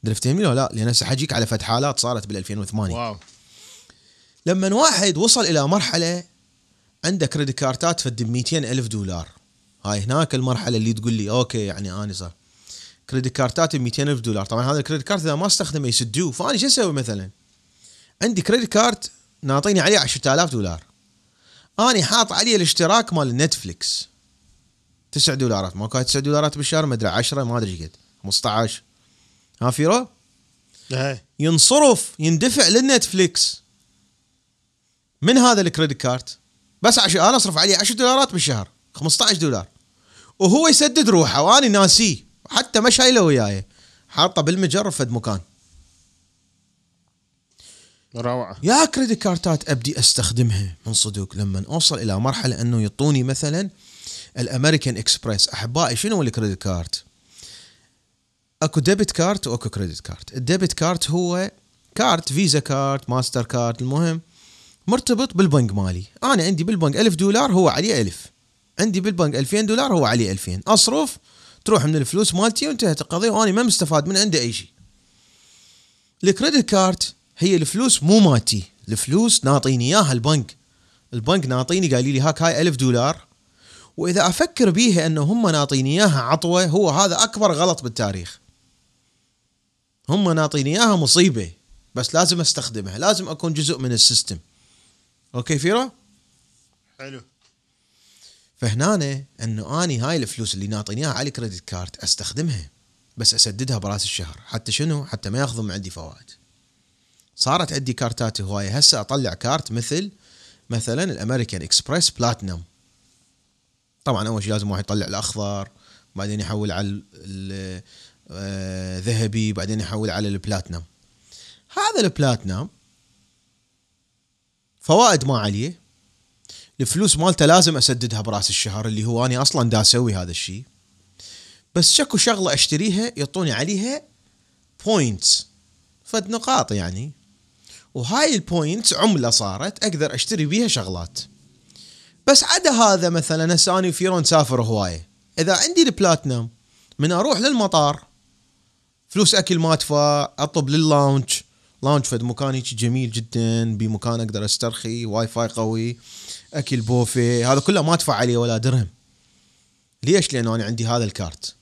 درفتني ولا لا؟ لان هسه حجيك على فد حالات صارت بال ألفين وثمانية. واو. لما واحد وصل الى مرحله عنده كريدت كارتات فد مئتين ألف دولار، هاي هناك المرحله اللي تقول لي اوكي يعني انا صار كريدت كارتات ب مئتين ألف دولار. طبعا هذا الكريدت كارت اذا ما استخدمه يسدوه، فاني شو اسوي؟ مثلا عندي كريدت كارت ناطيني عليه عشرة آلاف دولار، اني حاط عليه الاشتراك مال نتفليكس تسعة دولارات، ما كانت تسعة دولارات بالشهر، ما ادري عشرة، ما ادري قد خمسة عشر، ها فيرو هاي ينصرف يندفع للنتفليكس من هذا الكريدت كارت، بس عشان انا اصرف عليه عشرة دولارات بالشهر، خمسة عشر دولار، وهو يسدد روحه واني ناسيه، حتى ما شايله وياي، حاطه بالمجر فد مكان. روعه. يا كريدت كارتات ابدي استخدمها من صدق لما اوصل الى مرحله انه يعطوني مثلا الامريكان اكسبريس. احبائي شنو الكريدت كارت؟ اكو ديبت كارت واكو كريدت كارت. الديبت كارت هو كارت فيزا كارت ماستر كارت، المهم مرتبط بالبنك مالي. انا عندي بالبنك ألف دولار هو عليه ألف، عندي بالبنك ألفين دولار هو عليه ألفين، اصرف تروح من الفلوس مالتي وانتهت القضيه وانا ما مستفاد من عنده اي شيء. الكريدت كارت هي الفلوس مو مالتي، الفلوس ناطيني اياها البنك، البنك ناطيني قال لي هاك هاي ألف دولار، واذا افكر بيها انه هم ناطيني اياها عطوه، هو هذا اكبر غلط بالتاريخ. هم ناطيني اياها مصيبه، بس لازم استخدمها، لازم اكون جزء من السيستم. اوكي فيرو؟ حلو. فهنا انه اني هاي الفلوس اللي ناطيني اياها على الكريدت كارت استخدمها، بس اسددها براس الشهر، حتى شنو؟ حتى ما ياخذون من عندي فوائد. صارت عندي كارتات هوايه، هسه اطلع كارت مثل مثلا الامريكان اكسبريس بلاتنم. طبعا اول شيء لازم واحد يطلع الاخضر، بعدين يحول على الذهبي، بعدين يحول على البلاتنم. هذا البلاتنم فوائد ما عليه، الفلوس مالته لازم اسددها براس الشهر، اللي هو اني اصلا دا اسوي هذا الشيء، بس شكو شغله اشتريها يعطوني عليها بوينتس، فد نقاط يعني، وهاي البوينتس عمله صارت اقدر اشتري بيها شغلات. بس عدا هذا مثلا هسه اني وفيرو نسافر هوايه، اذا عندي البلاتنم من اروح للمطار فلوس اكل ما ادفع، اطلب لللاونج، لاونج فد مكان هيك جميل جدا، بمكان اقدر استرخي، واي فاي قوي، اكل بوفي، هذا كله ما ادفع عليه ولا درهم. ليش؟ لانه انا عندي هذا الكارت.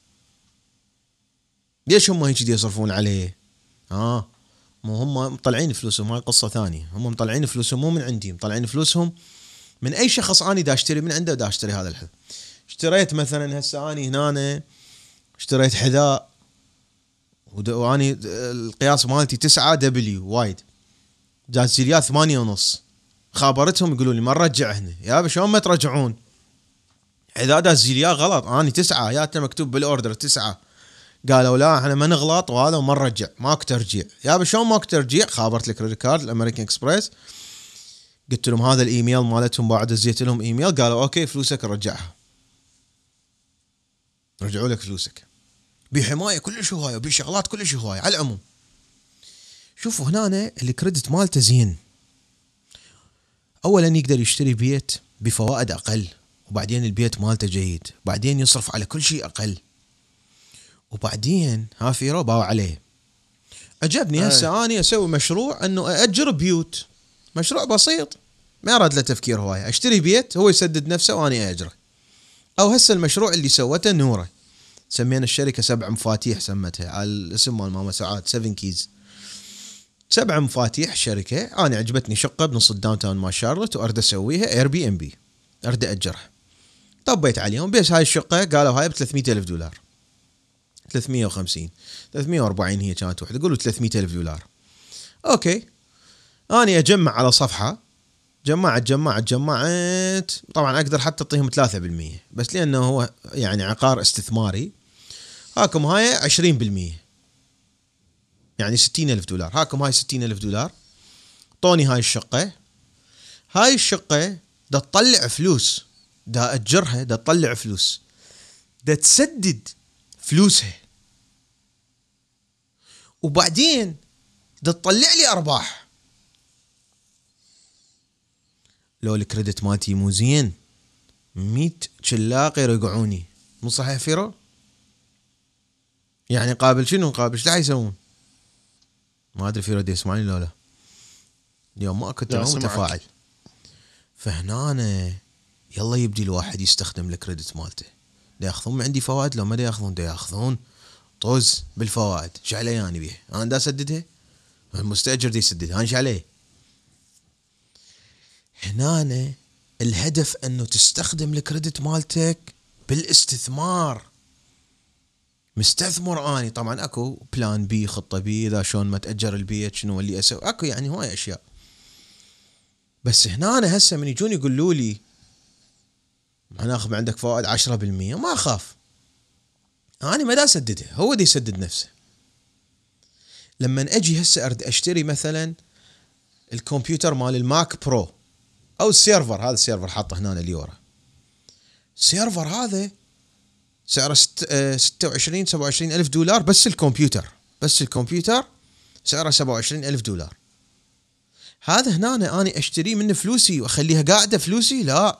ليش هم هيك يصرفون عليه؟ اه مو هم مطلعين فلوسهم، هاي قصه ثانيه، هم مطلعين فلوسهم مو من عندي، مطلعين فلوسهم من اي شخص اني دا اشتري من عنده، دا اشتري هذا الحذاء. اشتريت مثلا هسه اني هنا اشتريت حذاء واني القياس مالتي تسعة دبليو وايد، جازيليا ثمانية ونص، خابرتهم يقولوا لي ما نرجع هنا. يا شلون ما ترجعون؟ حذاء دازيليا غلط، اني تسعة ياتنا مكتوب بالاوردر تسعة. قالوا لا احنا ما نغلط وهذا وما نرجع، ماكو ترجيع. يا شلون ماكو ترجيع؟ خابرت الكريدت كارد الامريكان اكسبريس، قلت لهم هذا الايميل مالتهم، بعد دزيت لهم ايميل، قالوا اوكي فلوسك نرجعها، رجعوا لك فلوسك بحمايه كلش هوايه وبشغلات كلش هوايه. على العموم شوفوا هنا الكريدت مالته زين، اولا يقدر يشتري بيت بفوائد اقل، وبعدين البيت مالته جيد، بعدين يصرف على كل شيء اقل، وبعدين ها في ربا عليه. عجبني هسه اني اسوي مشروع انه ااجر بيوت، مشروع بسيط ما يراد له تفكير هوايه، اشتري بيت هو يسدد نفسه واني اجره. او هسه المشروع اللي سوته نوره، سمينا الشركه سبع مفاتيح، سمتها على الاسم مال ماما سعاد، سفن كيز، سبع مفاتيح شركه. انا عجبتني شقه بنص الداون تاون مال شارلوت، وارد اسويها اير بي ام بي، ارد اجرها. طبيت عليهم بس هاي الشقه قالوا هاي ب ثلاثمية ألف دولار، ثلاثمية وخمسين ثلاثمية وأربعين هي كانت وحده، يقولوا ثلاثمية ألف دولار. اوكي اني اجمع على صفحه، جمعت جمعت جمعت طبعا اقدر حتى اعطيهم ثلاثة بالمية، بس لانه هو يعني عقار استثماري، هاكم هاي عشرين بالمية يعني ستين ألف دولار، هاكم هاي ستين ألف دولار. طوني هاي الشقة، هاي الشقة دا تطلع فلوس، دا أجرها، دا تطلع فلوس، دا تسدد فلوسها، وبعدين دا تطلع لي أرباح. لو الكريدت مالتي مو زين مية شلاق يرقعوني، مو صحيح فيرو؟ يعني قابل شنو؟ قابل ايش راح يسوون؟ ما ادري في رد يسمعني لو لا. اليوم ما كنت متفاعل. فهنا أنا يلا يبدي الواحد يستخدم الكريدت مالته. دا ياخذون من عندي فوائد لو ما دا ياخذون دا ياخذون طوز بالفوائد. شو علي يعني بيه؟ انا دا اسددها، المستاجر دي يسددها، انا شو علي؟ هنا الهدف انه تستخدم الكريدت مالتك بالاستثمار. مستثمر اني طبعا اكو بلان بي، خطه بي، اذا شلون ما تاجر البيت شنو اللي اسوي، اكو يعني هواي اشياء. بس هنا أنا هسه من يجون يقولوا لي هناخذ من عندك فوائد عشرة بالمية، ما أخاف، أنا ما دا أسددها، هو دي يسدد نفسه. لما أجي هسه أرد أشتري مثلا الكمبيوتر مال الماك برو أو السيرفر، هذا السيرفر حاطه هنا اليورا، السيرفر هذا سعره ستة وعشرين سبعة وعشرين ألف دولار بس الكمبيوتر، بس الكمبيوتر سعره سبعة وعشرين ألف دولار. هذا هنا أنا, أنا أشتري منه فلوسي وأخليها قاعدة فلوسي؟ لا.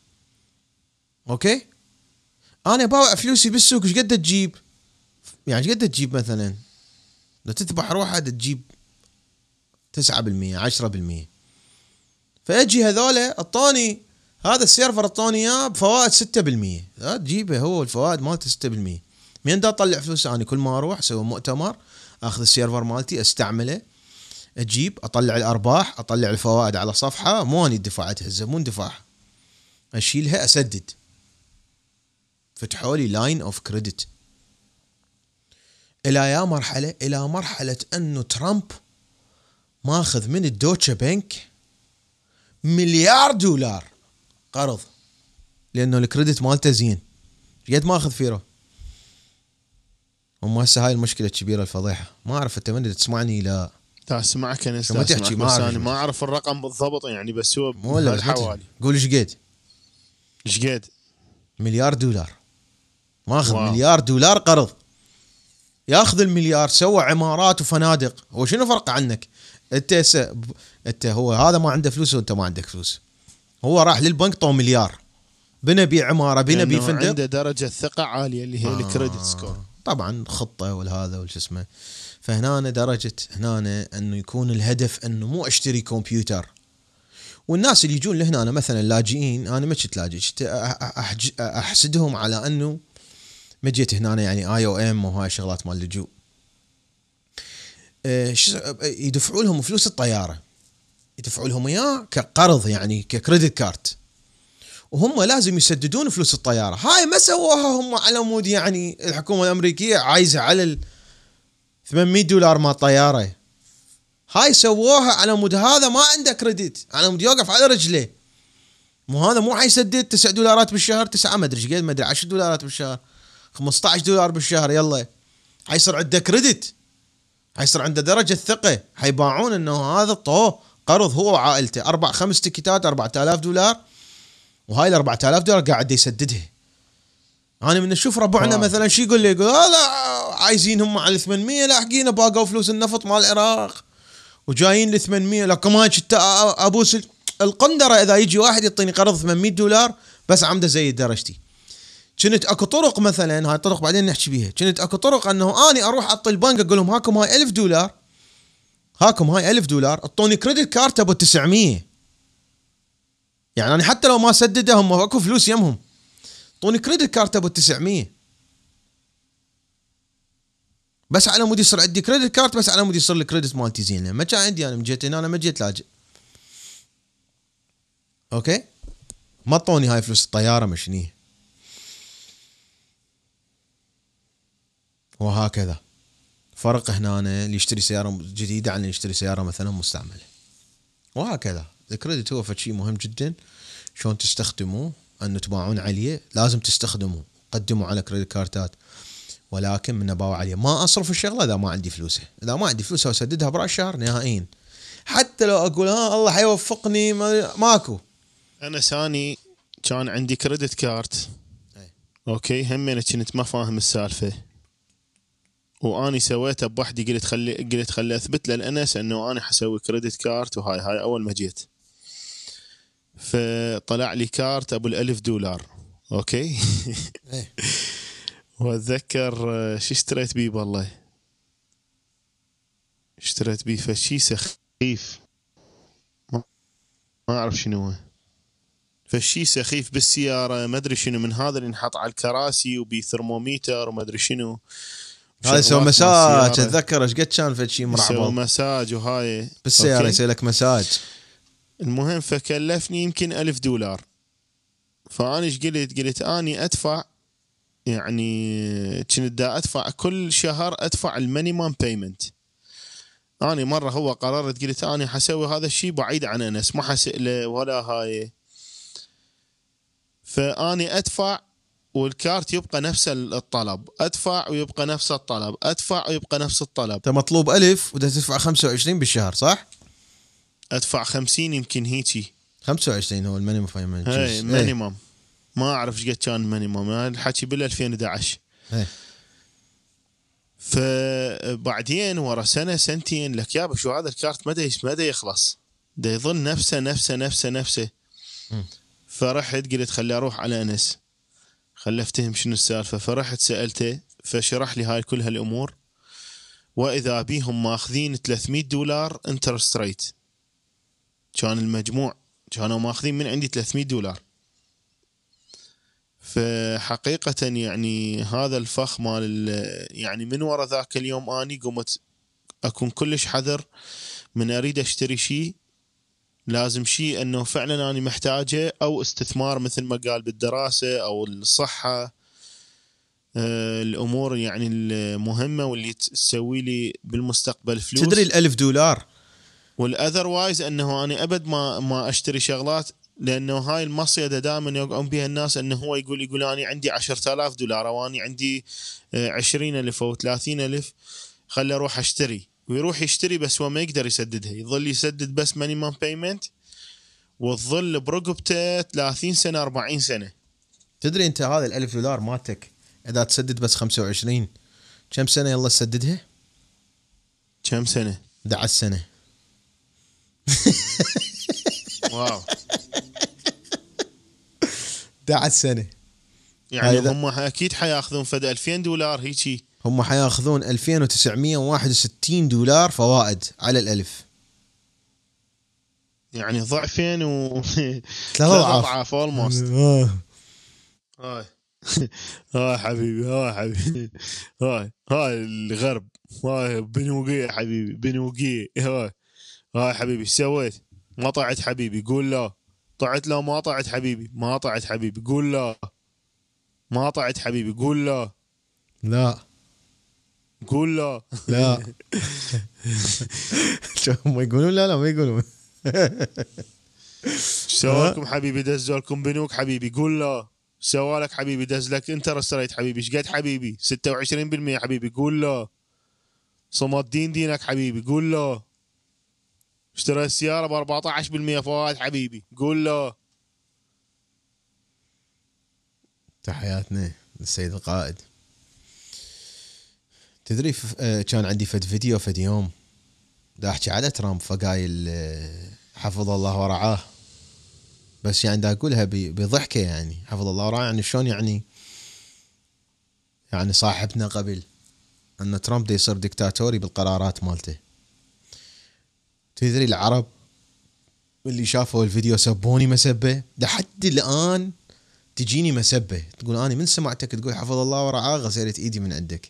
أوكي، أنا باوع فلوسي بالسوق. إيش قد تجيب؟ يعني إيش قد تجيب؟ مثلا لو تذبح روحها تجيب تسعة بالمية عشرة بالمية. فأجي هذولا الطوني هذا السيرفر الطوني إياه بفوائد ستة بالمية، لا تجيبه هو الفوائد مالته ستة بالمية. مين دا أطلع فلوس؟ أنا كل ما أروح أسوي مؤتمر أخذ السيرفر مالتي أستعمله، أجيب أطلع الأرباح، أطلع الفوائد على صفحة، مو أني دفعتها، الزبون دفعها، أشيلها أسدد. فتحوا لي لاين أوف كريدت. إلى يا مرحلة إلى مرحلة أنه ترامب ماخذ من الدوتشا بنك مليار دولار قرض لأنه الكريدت مالته زين. قد ما أخذ فيره. وما هسه هاي المشكلة الكبيرة الفضيحة. ما أعرف أنت من تسمعني؟ لا لا أسمعك أنا، ما تحكي، ما أعرف ما أعرف الرقم بالضبط يعني، بس هو حوالي. قول إيش قد؟ إيش قد؟ مليار دولار. ماخذ مليار دولار قرض. ياخذ المليار سوى عمارات وفنادق. هو شنو فرق عنك انت؟ س... انت هو هذا ما عنده فلوس وانت ما عندك فلوس. هو راح للبنك طو مليار، بنى بيه عماره، بنى بيه فندق، عنده درجه ثقه عاليه اللي هي آه الكريدت سكور. طبعا خطه والهذا والش اسمه. فهنا درجه هنا انه يكون الهدف انه مو اشتري كمبيوتر. والناس اللي يجون لهنا أنا مثلا لاجئين، انا ما كنت لاجئ، احسدهم على انه ما جيت هنا يعني اي او ام وهاي الشغلات مال اللجوء. يدفعوا لهم فلوس الطياره، يدفعوا لهم اياه كقرض يعني ككريدت كارت، وهم لازم يسددون فلوس الطياره. هاي ما سووها هم على مود يعني الحكومه الامريكيه عايزه على ال ثمانمية دولار مال طياره. هاي سووها على مود هذا ما عنده كريدت، على مود يوقف على رجله. مو هذا مو حيسدد تسعة دولارات بالشهر، تسعة ما ادري ايش قد، ما ادري عشرة دولارات بالشهر، خمسة عشر دولار بالشهر، يلا حيصير عنده كريدت، حيصير عنده درجة ثقة، حيباعون انه هذا طو قرض هو وعائلته اربع خمس تكتات أربعة آلاف دولار، وهاي ال أربعة آلاف دولار قاعد يسددها. انا من اشوف ربعنا مثلا شي يقول لي، يقول لا عايزين هم على ثمانمية لاحقين باقوا فلوس النفط مال العراق وجايين ل ثمانمية. لا كمان شت ابوس القندرة اذا يجي واحد يعطيني قرض ثمانمية دولار بس عمده زي درجتي. كنت اكو طرق مثلا، هاي الطرق بعدين نحكي بيها، كنت اكو طرق انه اني اروح اعطي البنك اقول لهم هاكم هاي ألف دولار، هاكم هاي ألف دولار، اعطوني كريدت كارت ابو تسعمية. يعني انا حتى لو ما سدده هم اكو فلوس يمهم، اعطوني كريدت كارت ابو تسعمية بس على مود يصير عندي كريدت كارت، بس على مود يصير الكريدت مالتي زين. ما كان عندي انا، من جيت هنا انا ما جيت لاجئ. اوكي، ما اعطوني هاي فلوس الطياره مشنيه. وهكذا فرق هنا اللي يشتري سيارة جديدة عن اللي يشتري سيارة مثلا مستعملة. وهكذا الكريدت هو فشي مهم جدا. شلون تستخدموه؟ أنه تباعون عليه لازم تستخدموه، قدموا على كريدت كارتات، ولكن من باوع عليه ما أصرف الشغلة إذا ما عندي فلوسه. إذا ما عندي فلوسه وسددها برا الشهر نهائيا، حتى لو أقول ها الله حيوفقني ما ماكو. أنا ساني كان عندي كريدت كارت أي. أوكي، هم أنا كنت ما فاهم السالفة، واني سويتها بوحدي، قلت خلي قلت خلي اثبت للانس انه انا حسوي كريدت كارت. وهاي هاي اول ما جيت فطلع لي كارت ابو الالف دولار. اوكي. واتذكر شو اشتريت بيه والله، اشتريت بيه فشي سخيف، ما أعرف شنو هو، فشي سخيف بالسيارة، ما أدري شنو، من هذا اللي نحط على الكراسي وبي ثرموميتر وما أدري شنو. هذا يسوي مساج، اتذكر ايش قد كان فد شيء مرعبط، يسوي مساج وهاي بالسيارة يسوي لك مساج. المهم فكلفني يمكن ألف دولار. فأنا ايش قلت؟ قلت اني ادفع يعني كنت دا ادفع كل شهر ادفع المينيمم بيمنت. اني مره هو قررت قلت اني حسوي هذا الشيء بعيد عن انس، ما حسأله ولا هاي، فاني ادفع والكارت يبقى نفس الطلب، ادفع ويبقى نفس الطلب، ادفع ويبقى نفس الطلب. انت مطلوب ألف وده تدفع خمسة وعشرين بالشهر صح؟ ادفع خمسين يمكن هيجي، خمسة وعشرين هو المينيمم بيمنت. هاي مينيمم، ما اعرف ايش قد كان مينيمم، الحكي بال ألفين وإحدى عشر. ايه. فبعدين ورا سنه سنتين لك يابا شو هذا الكارت مدى مدى يخلص، ده يظل نفسه نفسه نفسه نفسه. م. فرحت قلت خلي اروح على انس، خلي افتهم شنو السالفه. فرحت سالته فشرح لي هاي كل هالامور، واذا بيهم ماخذين ثلاثمية دولار انترست ريت، كان المجموع كانوا ماخذين من عندي ثلاثمية دولار. فحقيقة يعني هذا الفخ مال يعني من وراء ذاك اليوم اني قمت اكون كلش حذر من اريد اشتري شيء، لازم شيء انه فعلا اني محتاجه، او استثمار مثل ما قال بالدراسة او الصحة، آه الامور يعني المهمة واللي تسوي لي بالمستقبل فلوس. تدري الألف دولار والاذروايز انه اني ابد ما ما اشتري شغلات، لانه هاي المصيدة دائما يقوم بها الناس، انه هو يقول يقول اني عندي عشرة آلاف دولار او اني عندي عشرين ألف او ثلاثين ألف، خلي اروح اشتري، ويروح يشتري بس هو ما يقدر يسددها، يظل يسدد بس مينيمم بيمنت، وتظل برقبته ثلاثين سنة أربعين سنة. تدري انت هذا الألف دولار مالتك اذا تسدد بس خمسة وعشرين كم سنة يلا تسددها؟ كم سنة؟ أحد عشر سنة. واو. أحد عشر سنة يعني هم اكيد حياخذون فد ألفين دولار هيجي، هم حياخذون ألفين وتسعمية وواحد وستين دولار فوائد على الألف، يعني ضعفين و ثلاث اضعاف اولموست. هاي هاي حبيبي، هاي حبيبي، هاي هاي الغرب، هاي بنوقية حبيبي، بنوقية. هاي هاي حبيبي ايش سويت؟ ما طعت حبيبي، قول لا. طعت لا ما طعت حبيبي، ما طعت حبيبي، قول لا. ما طعت حبيبي، قول لا. لا قول لا. لا. شو هم يقولون؟ لا لا ما يقولون. سوالكم حبيبي؟ دزوا لكم بنوك حبيبي، قول لا. سوالك حبيبي؟ دز لك انترست ريت حبيبي، ايش قد حبيبي؟ ستة وعشرين بالمية حبيبي، قول لا. صمت دين دينك حبيبي، قول لا. اشترى السيارة ب أربعة عشر بالمية فوائد حبيبي، قول لا. تحياتنا للسيد القائد. تدري كان عندي فد فيديو فد يوم دا احكي على ترامب، فقايل حفظ الله ورعاه، بس يعني دا اقولها بضحكه، يعني حفظ الله ورعاه يعني شلون يعني يعني صاحبنا قبل ان ترامب دا يصير ديكتاتوري بالقرارات مالته. تدري العرب اللي شافوا الفيديو سبوني مسبه، لحد الان تجيني مسبه، تقول اني من سمعتك تقول حفظ الله ورعاه غسلت ايدي من عندك.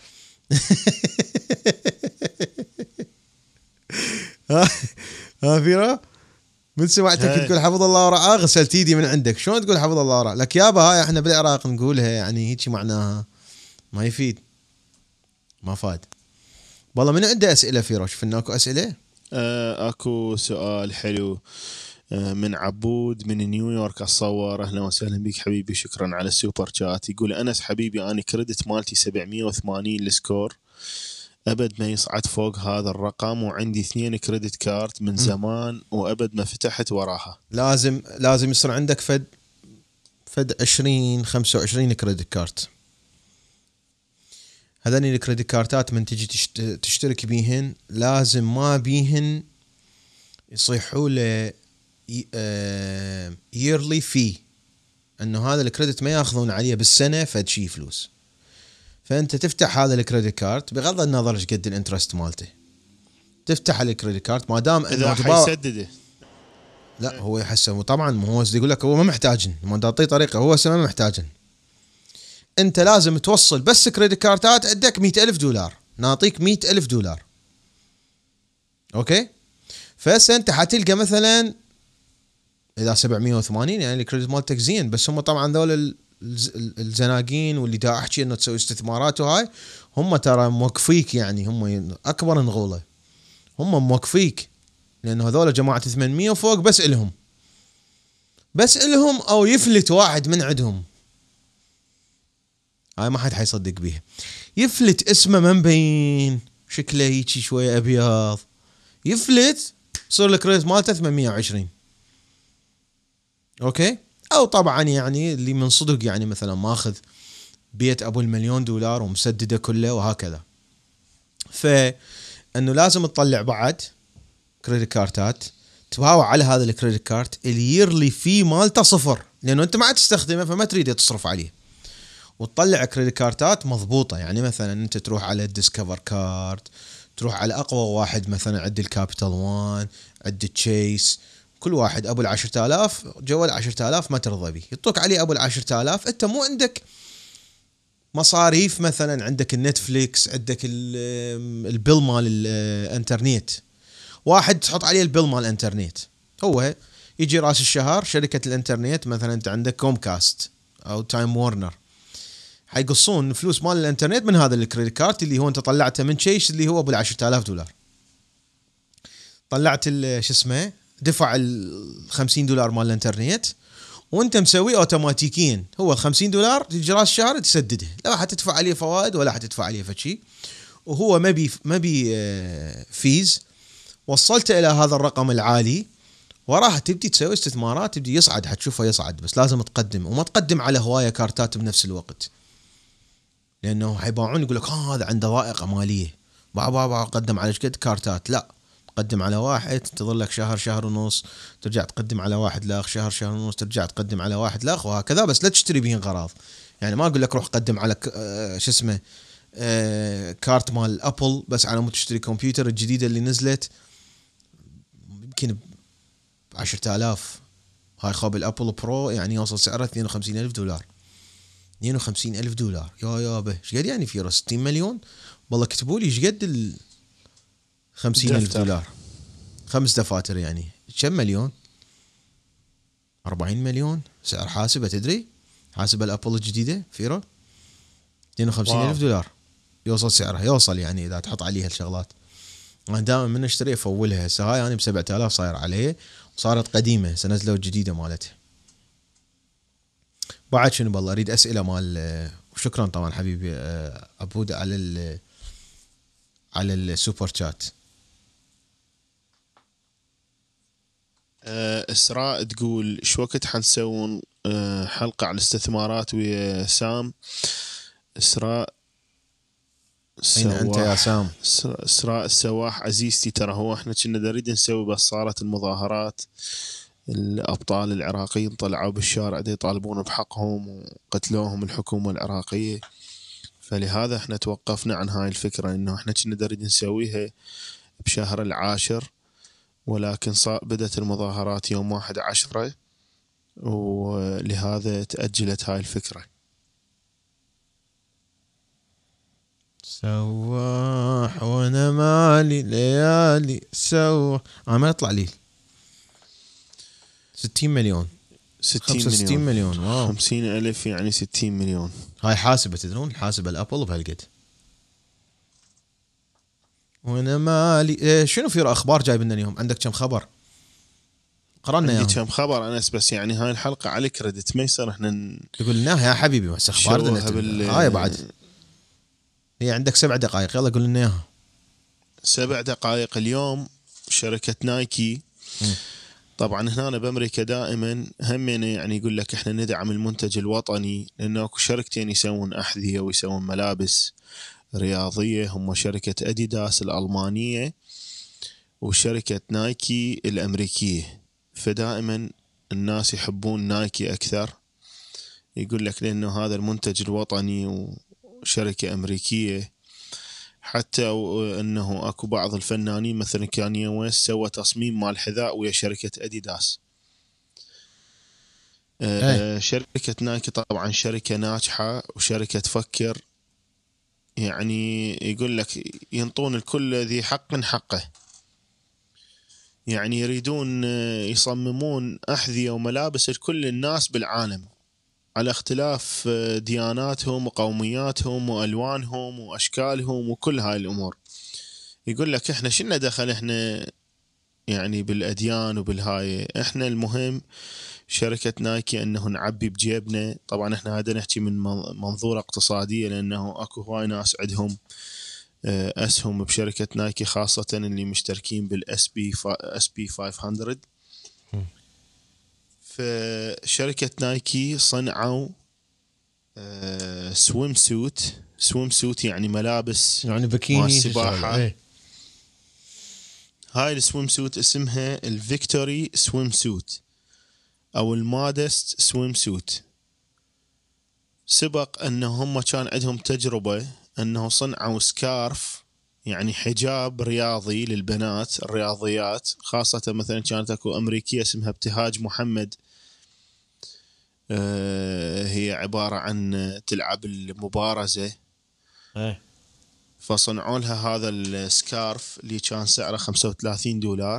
ها ها فيرا من سمعتك تقول حفظ الله ورعاه غسلت ايدي من عندك، شلون تقول حفظ الله ورعاه؟ لك يابا هاي احنا بالعراق نقولها، يعني هيك معناها ما يفيد، ما فاد. والله من عنده اسئله فيرا؟ شوف اكو اسئله. آه اكو سؤال حلو من عبود من نيويورك اتصور. اهلا وسهلا بك حبيبي، شكرا على السوبر شات. يقول انس حبيبي اني كريدت مالتي سبعمية وثمانين السكور، ابد ما يصعد فوق هذا الرقم، وعندي اثنين كريدت كارت من زمان وابد ما فتحت وراها. لازم لازم يصير عندك فد فد عشرين خمسة وعشرين كريدت كارت. هذين الكريدت كارتات من تجي تشترك بيهن لازم ما بيهن يصيحوا له yearly fee، انه هذا الكريدت ما ياخذون عليه بالسنه فد شي فلوس. فانت تفتح هذا الكريدت كارت بغض النظر ايش قد الانترست مالته، تفتح الكريدت كارد ما دام اذا انه تباوع. حيسدده لا هو يحسه طبعا، ما هو يقول لك هو ما محتاجن، ما تعطيه طريقه، هو ما محتاجن. انت لازم توصل بس كريدت كارتات عندك مئة ألف دولار، نعطيك مئة ألف دولار. اوكي، فهسه انت حتلقى مثلا اذا سبعمية وثمانين يعني الكريدت مالتك زين، بس هم طبعا ذول الزناقين واللي دا احكي انه تسوي استثمارات وهاي هم ترى موقفيك، يعني هم اكبر نغوله، هم موقفيك، لانه هذول جماعه ثمانمية وفوق بس الهم بس الهم او يفلت واحد من عندهم، هاي ما حد حيصدق بيها. يفلت اسمه ما مبين، شكله هيجي شويه ابيض، يفلت صار الكريدت مالته ثمانمية وعشرين. اوكي، او طبعا يعني اللي من صدق يعني مثلا ماخذ بيت ابو المليون دولار ومسدده كله وهكذا. فانه لازم تطلع بعد كريدت كارتات تباوع على هذا الكريدت كارت اليرلي فيه مالته صفر، لانه انت ما عاد تستخدمه فما تريد تصرف عليه، وتطلع كريدت كارتات مضبوطه. يعني مثلا انت تروح على الديسكفر كارد، تروح على اقوى واحد مثلا عند الكابيتال وان، عند التشيس، كل واحد ابو العشرة آلاف، جوال عشرة آلاف ما ترضى به يطوك عليه ابو العشرة آلاف. انت مو عندك مصاريف، مثلا عندك النتفليكس، عندك البيل مال الانترنت، واحد تحط عليه البيل مال الانترنت، هو يجي راس الشهر شركة الانترنت مثلا انت عندك كومكاست او تايم وورنر، حيقصون فلوس مال الانترنت من هذا الكريدت كارت اللي هو انت طلعته من تشيس اللي هو ابو العشرة آلاف دولار. طلعت شو اسمه، دفع الخمسين دولار مال الانترنت، وانت مسوي اوتوماتيكيا هو الخمسين دولار تجي راس الشهر تسدده، لا حتدفع عليه فوائد ولا حتدفع عليه فشي، وهو ما بي ما بي فيز. وصلته الى هذا الرقم العالي، وراها تبدي تسوي استثمارات، تبدي يصعد، حتشوفه يصعد، بس لازم تقدم، وما تقدم على هوايه كارتات بنفس الوقت، لانه حيباعون يقول لك ها هذا عنده ضائقه ماليه، بابا بابا قدم على شقد كارتات. لا، تقدم على واحد تنتظر لك شهر شهر ونص، ترجع تقدم على واحد لاخ، شهر شهر ونص ترجع تقدم على واحد لاخ، وهكذا. بس لا تشتري بهن غراض، يعني ما اقول لك روح قدم على آه شو اسمه آه كارت مال ابل بس على مود تشتري كمبيوتر الجديده اللي نزلت يمكن بعشرة آلاف، هاي خوب الابل برو يعني يوصل سعره اثنين وخمسين ألف دولار، اثنين وخمسين ألف دولار يا يابا ايش قد يعني فيه ستين مليون؟ والله اكتبوا لي ايش قد ال خمسين ألف دولار، خمس دفاتر يعني كم مليون؟ أربعين مليون سعر حاسبة، تدري حاسبة الابل الجديدة فيرو اثنين وخمسين ألف دولار يوصل سعرها، يوصل يعني اذا تحط عليها الشغلات. انا دائما من اشتري افولها، هسه هاي يعني ب سبعة آلاف صاير عليه، وصارت قديمة سنزلوا الجديدة مالتها. بعد شنو بالله اريد اسئله مال، وشكرا طبعا حبيبي عبود على ال على السوبر شات. أه اسراء تقول شو وقت حنسوون أه حلقه على الاستثمارات ويا سام؟ اسراء اين انت يا سام؟ اسراء السواح عزيزتي، ترى هو احنا كنا نريد نسوي بس صارت المظاهرات، الأبطال العراقيين طلعوا بالشارع دي يطالبون بحقهم وقتلوهم الحكومة العراقية، فلهذا احنا توقفنا عن هاي الفكرة، انه احنا كنا نريد نسويها بشهر العاشر، ولكن صار بدت المظاهرات يوم واحد عشرة، ولهذا تأجلت هاي الفكرة. سواح وانا مالي ليالي سواح، انا ما يطلع لي ستين مليون، ستين مليون مليون واو. خمسين ألف يعني ستين مليون. هاي حاسبة تدرون، حاسبة الأبل بهالقد. وانا مالي إيه شنو في أخبار جايب لنا اليوم؟ عندك كم خبر؟ قرأنا عندي كم خبر أنس، بس يعني هاي الحلقة على كريدت ما يصير احنا ن... تقول لنا يا حبيبي بس أخبار بال... هاي بعد هي عندك سبع دقائق، يلا قول لنا إياها. سبع دقائق. اليوم شركة نايكي م. طبعا هنا بأمريكا دائما همنا يعني يقول لك احنا ندعم المنتج الوطني، لأنه اكو شركتين يسوون أحذية ويسوون ملابس رياضية، هم شركة أديداس الألمانية وشركة نايكي الأمريكية، فدائما الناس يحبون نايكي أكثر، يقول لك لأنه هذا المنتج الوطني وشركة أمريكية. حتى انه اكو بعض الفنانين مثلا كاني ويست سوى تصميم مال حذاء ويا شركة اديداس. أه شركة نايكي طبعا شركة ناجحة وشركة تفكر، يعني يقول لك ينطون الكل ذي حق حقه، يعني يريدون يصممون أحذية وملابس لكل الناس بالعالم على اختلاف دياناتهم وقومياتهم وألوانهم وأشكالهم وكل هاي الأمور. يقول لك إحنا شنا دخل إحنا يعني بالأديان وبالهاي، إحنا المهم شركة نايكي أنه نعبي بجيبنا. طبعا إحنا هذا نحكي من منظور اقتصادية، لأنه أكو هواي ناس عندهم أسهم بشركة نايكي، خاصة اللي مشتركين بالأس بي اس بي خمسمية. فشركة نايكي صنعوا سويم سوت سويم سوت يعني ملابس يعني بكيني سباحة. ايه. هاي السويم سوت اسمها الفيكتوري سويم سوت او المادست سويم سوت. سبق انه هم كان عندهم تجربة انه صنعوا سكارف يعني حجاب رياضي للبنات الرياضيات، خاصة مثلا كانت اكو امريكية اسمها ابتهاج محمد، هي عبارة عن تلعب المبارزة، فصنعوا لها هذا السكارف اللي كان سعره خمسة وثلاثين دولار،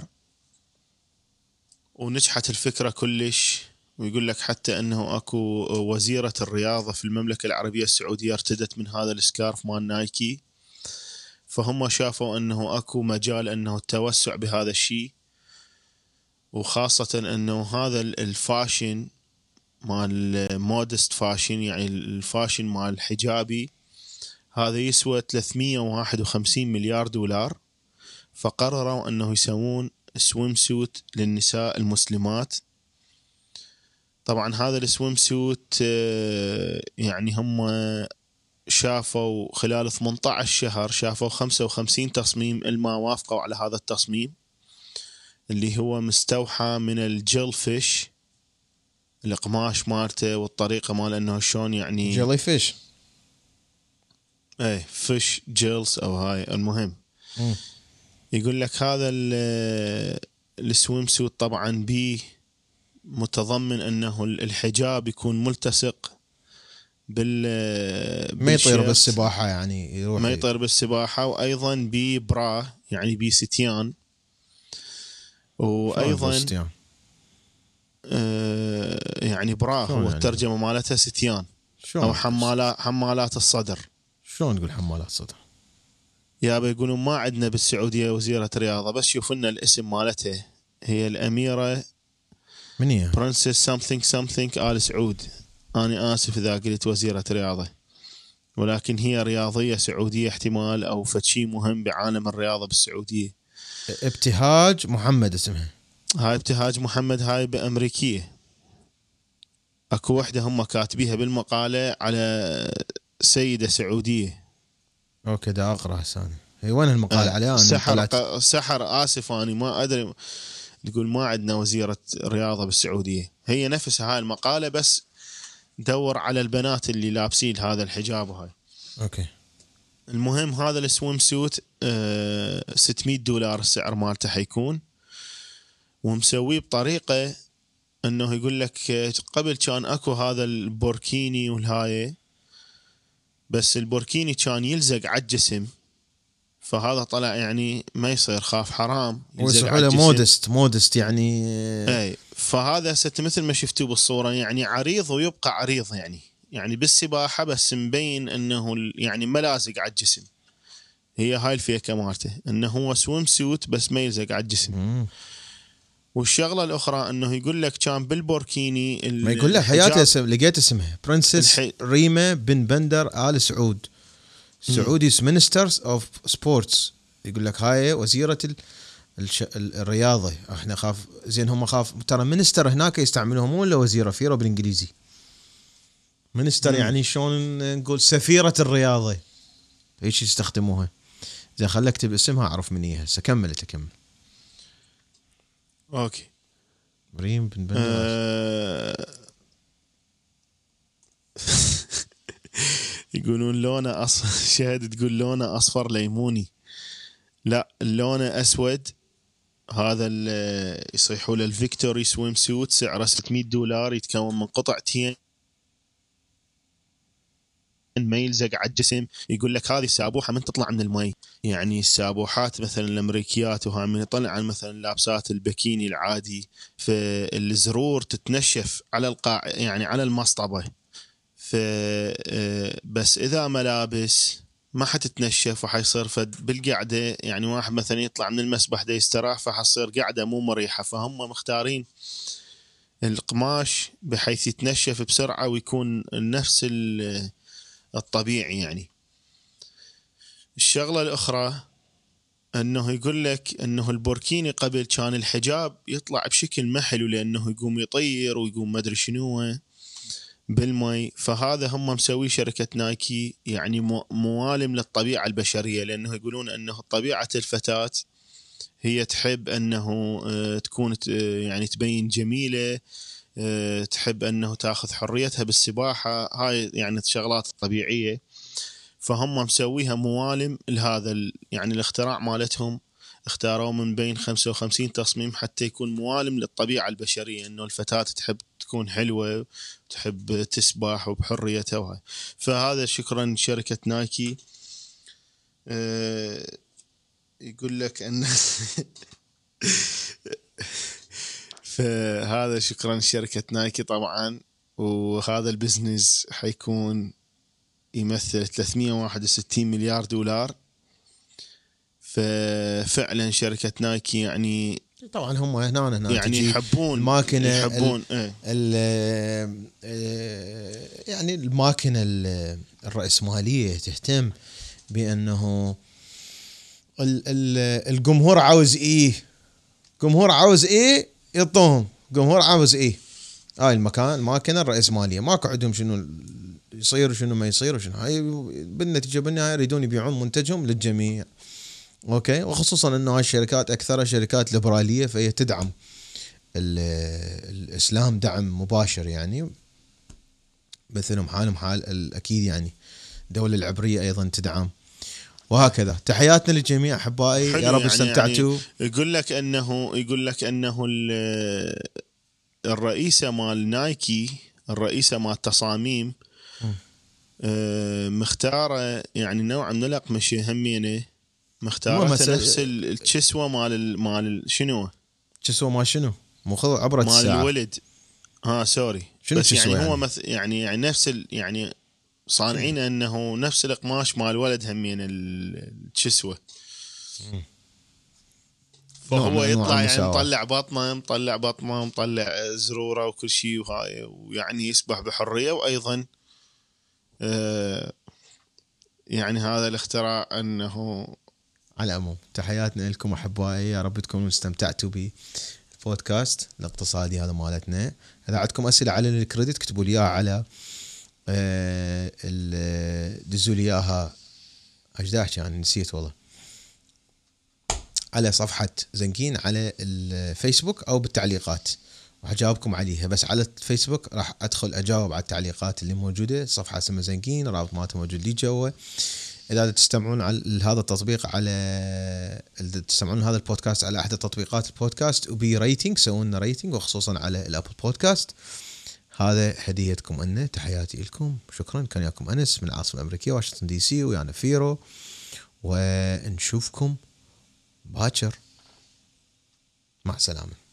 ونجحت الفكرة كلش. ويقول لك حتى أنه أكو وزيرة الرياضة في المملكة العربية السعودية ارتدت من هذا السكارف مال نايكي، فهم شافوا أنه أكو مجال أنه التوسع بهذا الشيء، وخاصة أنه هذا الفاشن مال مودست فاشن يعني الفاشن مال الحجابي هذا يسوى ثلاثمية وواحد وخمسين مليار دولار. فقرروا أنه يسوون سويم سوت للنساء المسلمات. طبعا هذا السويم سوت يعني هم شافوا خلال ثمانية عشر شهر شافوا خمسة وخمسين تصميم الما وافقوا على هذا التصميم اللي هو مستوحى من الجيل فيش، القماش مالته والطريقة مال انه شلون يعني جيلي فيش ايه فيش جيلز او هاي. المهم م. يقول لك هذا السويم سوت طبعا بيه متضمن انه الحجاب يكون ملتصق بال ما يطير بالسباحة يعني يروح ما يطير بالسباحة، وايضا بيه برا يعني بيه ستيان، وايضا آه يعني برا هو يعني الترجمة مالتها ستيان او حمالات حمالات الصدر. شلون تقول حمالات صدر؟ يا بيقولون ما عندنا بالسعودية وزيرة رياضة، بس شوف لنا الاسم مالتها، هي الأميرة من هي؟ برنسس سامثينج سامثينج آل سعود. أنا آسف إذا قلت وزيرة رياضة، ولكن هي رياضية سعودية احتمال أو فتشي مهم بعالم الرياضة بالسعودية. ابتهاج محمد اسمها. هاي ابتهاج محمد هاي بأمريكية. أكو وحدة هم كاتبيها بالمقالة على سيدة سعودية. أوكي دا أقرأ ثاني. هي وين المقالة أه عليها؟ سحر ق... سحر آسف أنا ما أدري. تقول ما عندنا وزيرة رياضة بالسعودية، هي نفسها هاي المقالة بس دور على البنات اللي لابسين هذا الحجاب وهاي. أوكي. المهم هذا السويم سوت أه ستمية دولار السعر مالته حيكون، ومسويه بطريقة انه يقول لك قبل كان اكو هذا البوركيني والهاي، بس البوركيني كان يلزق على الجسم، فهذا طلع يعني ما يصير، خاف حرام يلزق على الجسم. مودست مودست يعني اي. فهذا ست مثل ما شفتوا بالصورة يعني عريض ويبقى عريض، يعني يعني بالسباحة بس مبين انه يعني ما لازق على الجسم. هي هاي الفيكة مالته انه هو سويم سوت بس ما يلزق على الجسم. مم. والشغله الاخرى انه يقول لك كان بالبوركيني ما يقول لك حياتي اسم لقيت اسمها برنسس الحي... ريما بن بندر آل سعود سعودي مينسترز اوف سبورتس. يقول لك هاي وزيره ال... الش... الرياضه. احنا خاف زين هم خاف ترى مينستر هناك يستعملوها مو الا وزيره فيرو بالانجليزي. مينستر يعني شلون نقول سفيره الرياضه، ايش يستخدموها. زين خليك اكتب اسمها اعرف من هي هسه. كمل تكمل. اوكي. ريم بن بندر. أه... يقولون لونه أصفر. شهد تقول لونه أصفر ليموني، لا لونه أسود. هذا اللي يصيحوا له الفيكتوري سويم سوت، سعره ستمية دولار، يتكون من قطعتين ما يلزق على الجسم. يقول لك هذه السابوحه من تطلع من المي، يعني السابوحات مثلا الامريكيات وها من يطلع عن مثلا لابسات البكيني العادي، فالزرور تتنشف على القاع يعني على المصطبه، ف بس اذا ملابس ما حتتنشف وحيصير فد بالقعده، يعني واحد مثلا يطلع من المسبح ده يستراح فحصير قعده مو مريحه، فهم مختارين القماش بحيث يتنشف بسرعه ويكون نفس الطبيعي. يعني الشغله الاخرى انه يقول لك انه البوركيني قبل كان الحجاب يطلع بشكل ما حلو، لانه يقوم يطير ويقوم ما ادري شنو بالمي، فهذا هم مسوي شركة نايكي يعني موالم للطبيعة البشرية، لأنه يقولون أنه طبيعة الفتاة هي تحب أنه تكون يعني تبين جميلة، تحب أنه تأخذ حريتها بالسباحة، هاي يعني الشغلات الطبيعية، فهم مسويها موالم لهذا يعني الاختراع مالتهم. اختاروا من بين خمسة وخمسين تصميم حتى يكون موالم للطبيعة البشرية، أنه الفتاة تحب تكون حلوة وتحب تسبح وبحريتها وهاي. فهذا شكرا شركة نايكي. أه يقول لك أن فهذا شكرا شركة نايكي طبعا، وهذا البزنس حيكون يمثل ثلاثمية وواحد وستين مليار دولار. ففعلا شركة نايكي يعني طبعا هم هنا هنا يعني يحبون الماكينة يحبون ال ايه. ال يعني الماكينة الرأسمالية تهتم بأنه ال ال الجمهور عاوز ايه، جمهور عاوز ايه يعطوهم، جمهور عاوز ايه. هاي المكان الماكينة الرأسمالية ماكو عندهم شنو يصير وشنو ما يصير وشنو، هاي بالنتيجة بالنهاية يريدون يبيعون منتجهم للجميع. اوكي، وخصوصا انه هاي الشركات اكثرها شركات ليبراليه، فهي تدعم الاسلام دعم مباشر، يعني مثلهم حالهم حال اكيد يعني الدوله العبريه ايضا تدعم، وهكذا. تحياتنا للجميع احبائي، يا رب يعني استمتعتوا. يعني يقول لك انه يقول لك انه الرئيسه مال نايكي، الرئيسه مال التصاميم مختاره يعني نوع من الاقمشه همينه، مختارته نفس الكسوه مال مال شنو كسوه مال شنو مو خذ عبره مال الساعه الولد. ها سوري بس يعني, يعني هو مث يعني يعني نفس ال يعني صانعين انه نفس القماش مال الولد همين الكسوه، فهو يطلع يعني مطلع بطنه مطلع بطنه مطلع زروره وكل شيء وهاي، ويعني يسبح بحريه. وايضا آه يعني هذا الاختراع انه على العموم تحياتنا لكم احبائي، يا رب تكونوا استمتعتوا بالبودكاست الاقتصادي هذا مالتنا. اذا عندكم اسئله على الكريدت كتبوا لي اياها على آه دزوا لي اياها اجداح يعني نسيت والله، على صفحه زنكين على الفيسبوك او بالتعليقات راح اجاوبكم عليها. بس على الفيسبوك راح ادخل اجاوب على التعليقات اللي موجوده، صفحه اسمها زنكين، رابط مالته موجود لي جوا. إذا تستمعون على هذا التطبيق على تستمعون هذا البودكاست على أحد تطبيقات البودكاست وبي ريتنج، سوون لنا ريتنج وخصوصا على الأبل بودكاست، هذا هديتكم أنه. تحياتي لكم، شكرا. كان ياكم أنس من العاصمة الأمريكية واشنطن دي سي، ويانا فيرو، ونشوفكم باكر. مع السلامة.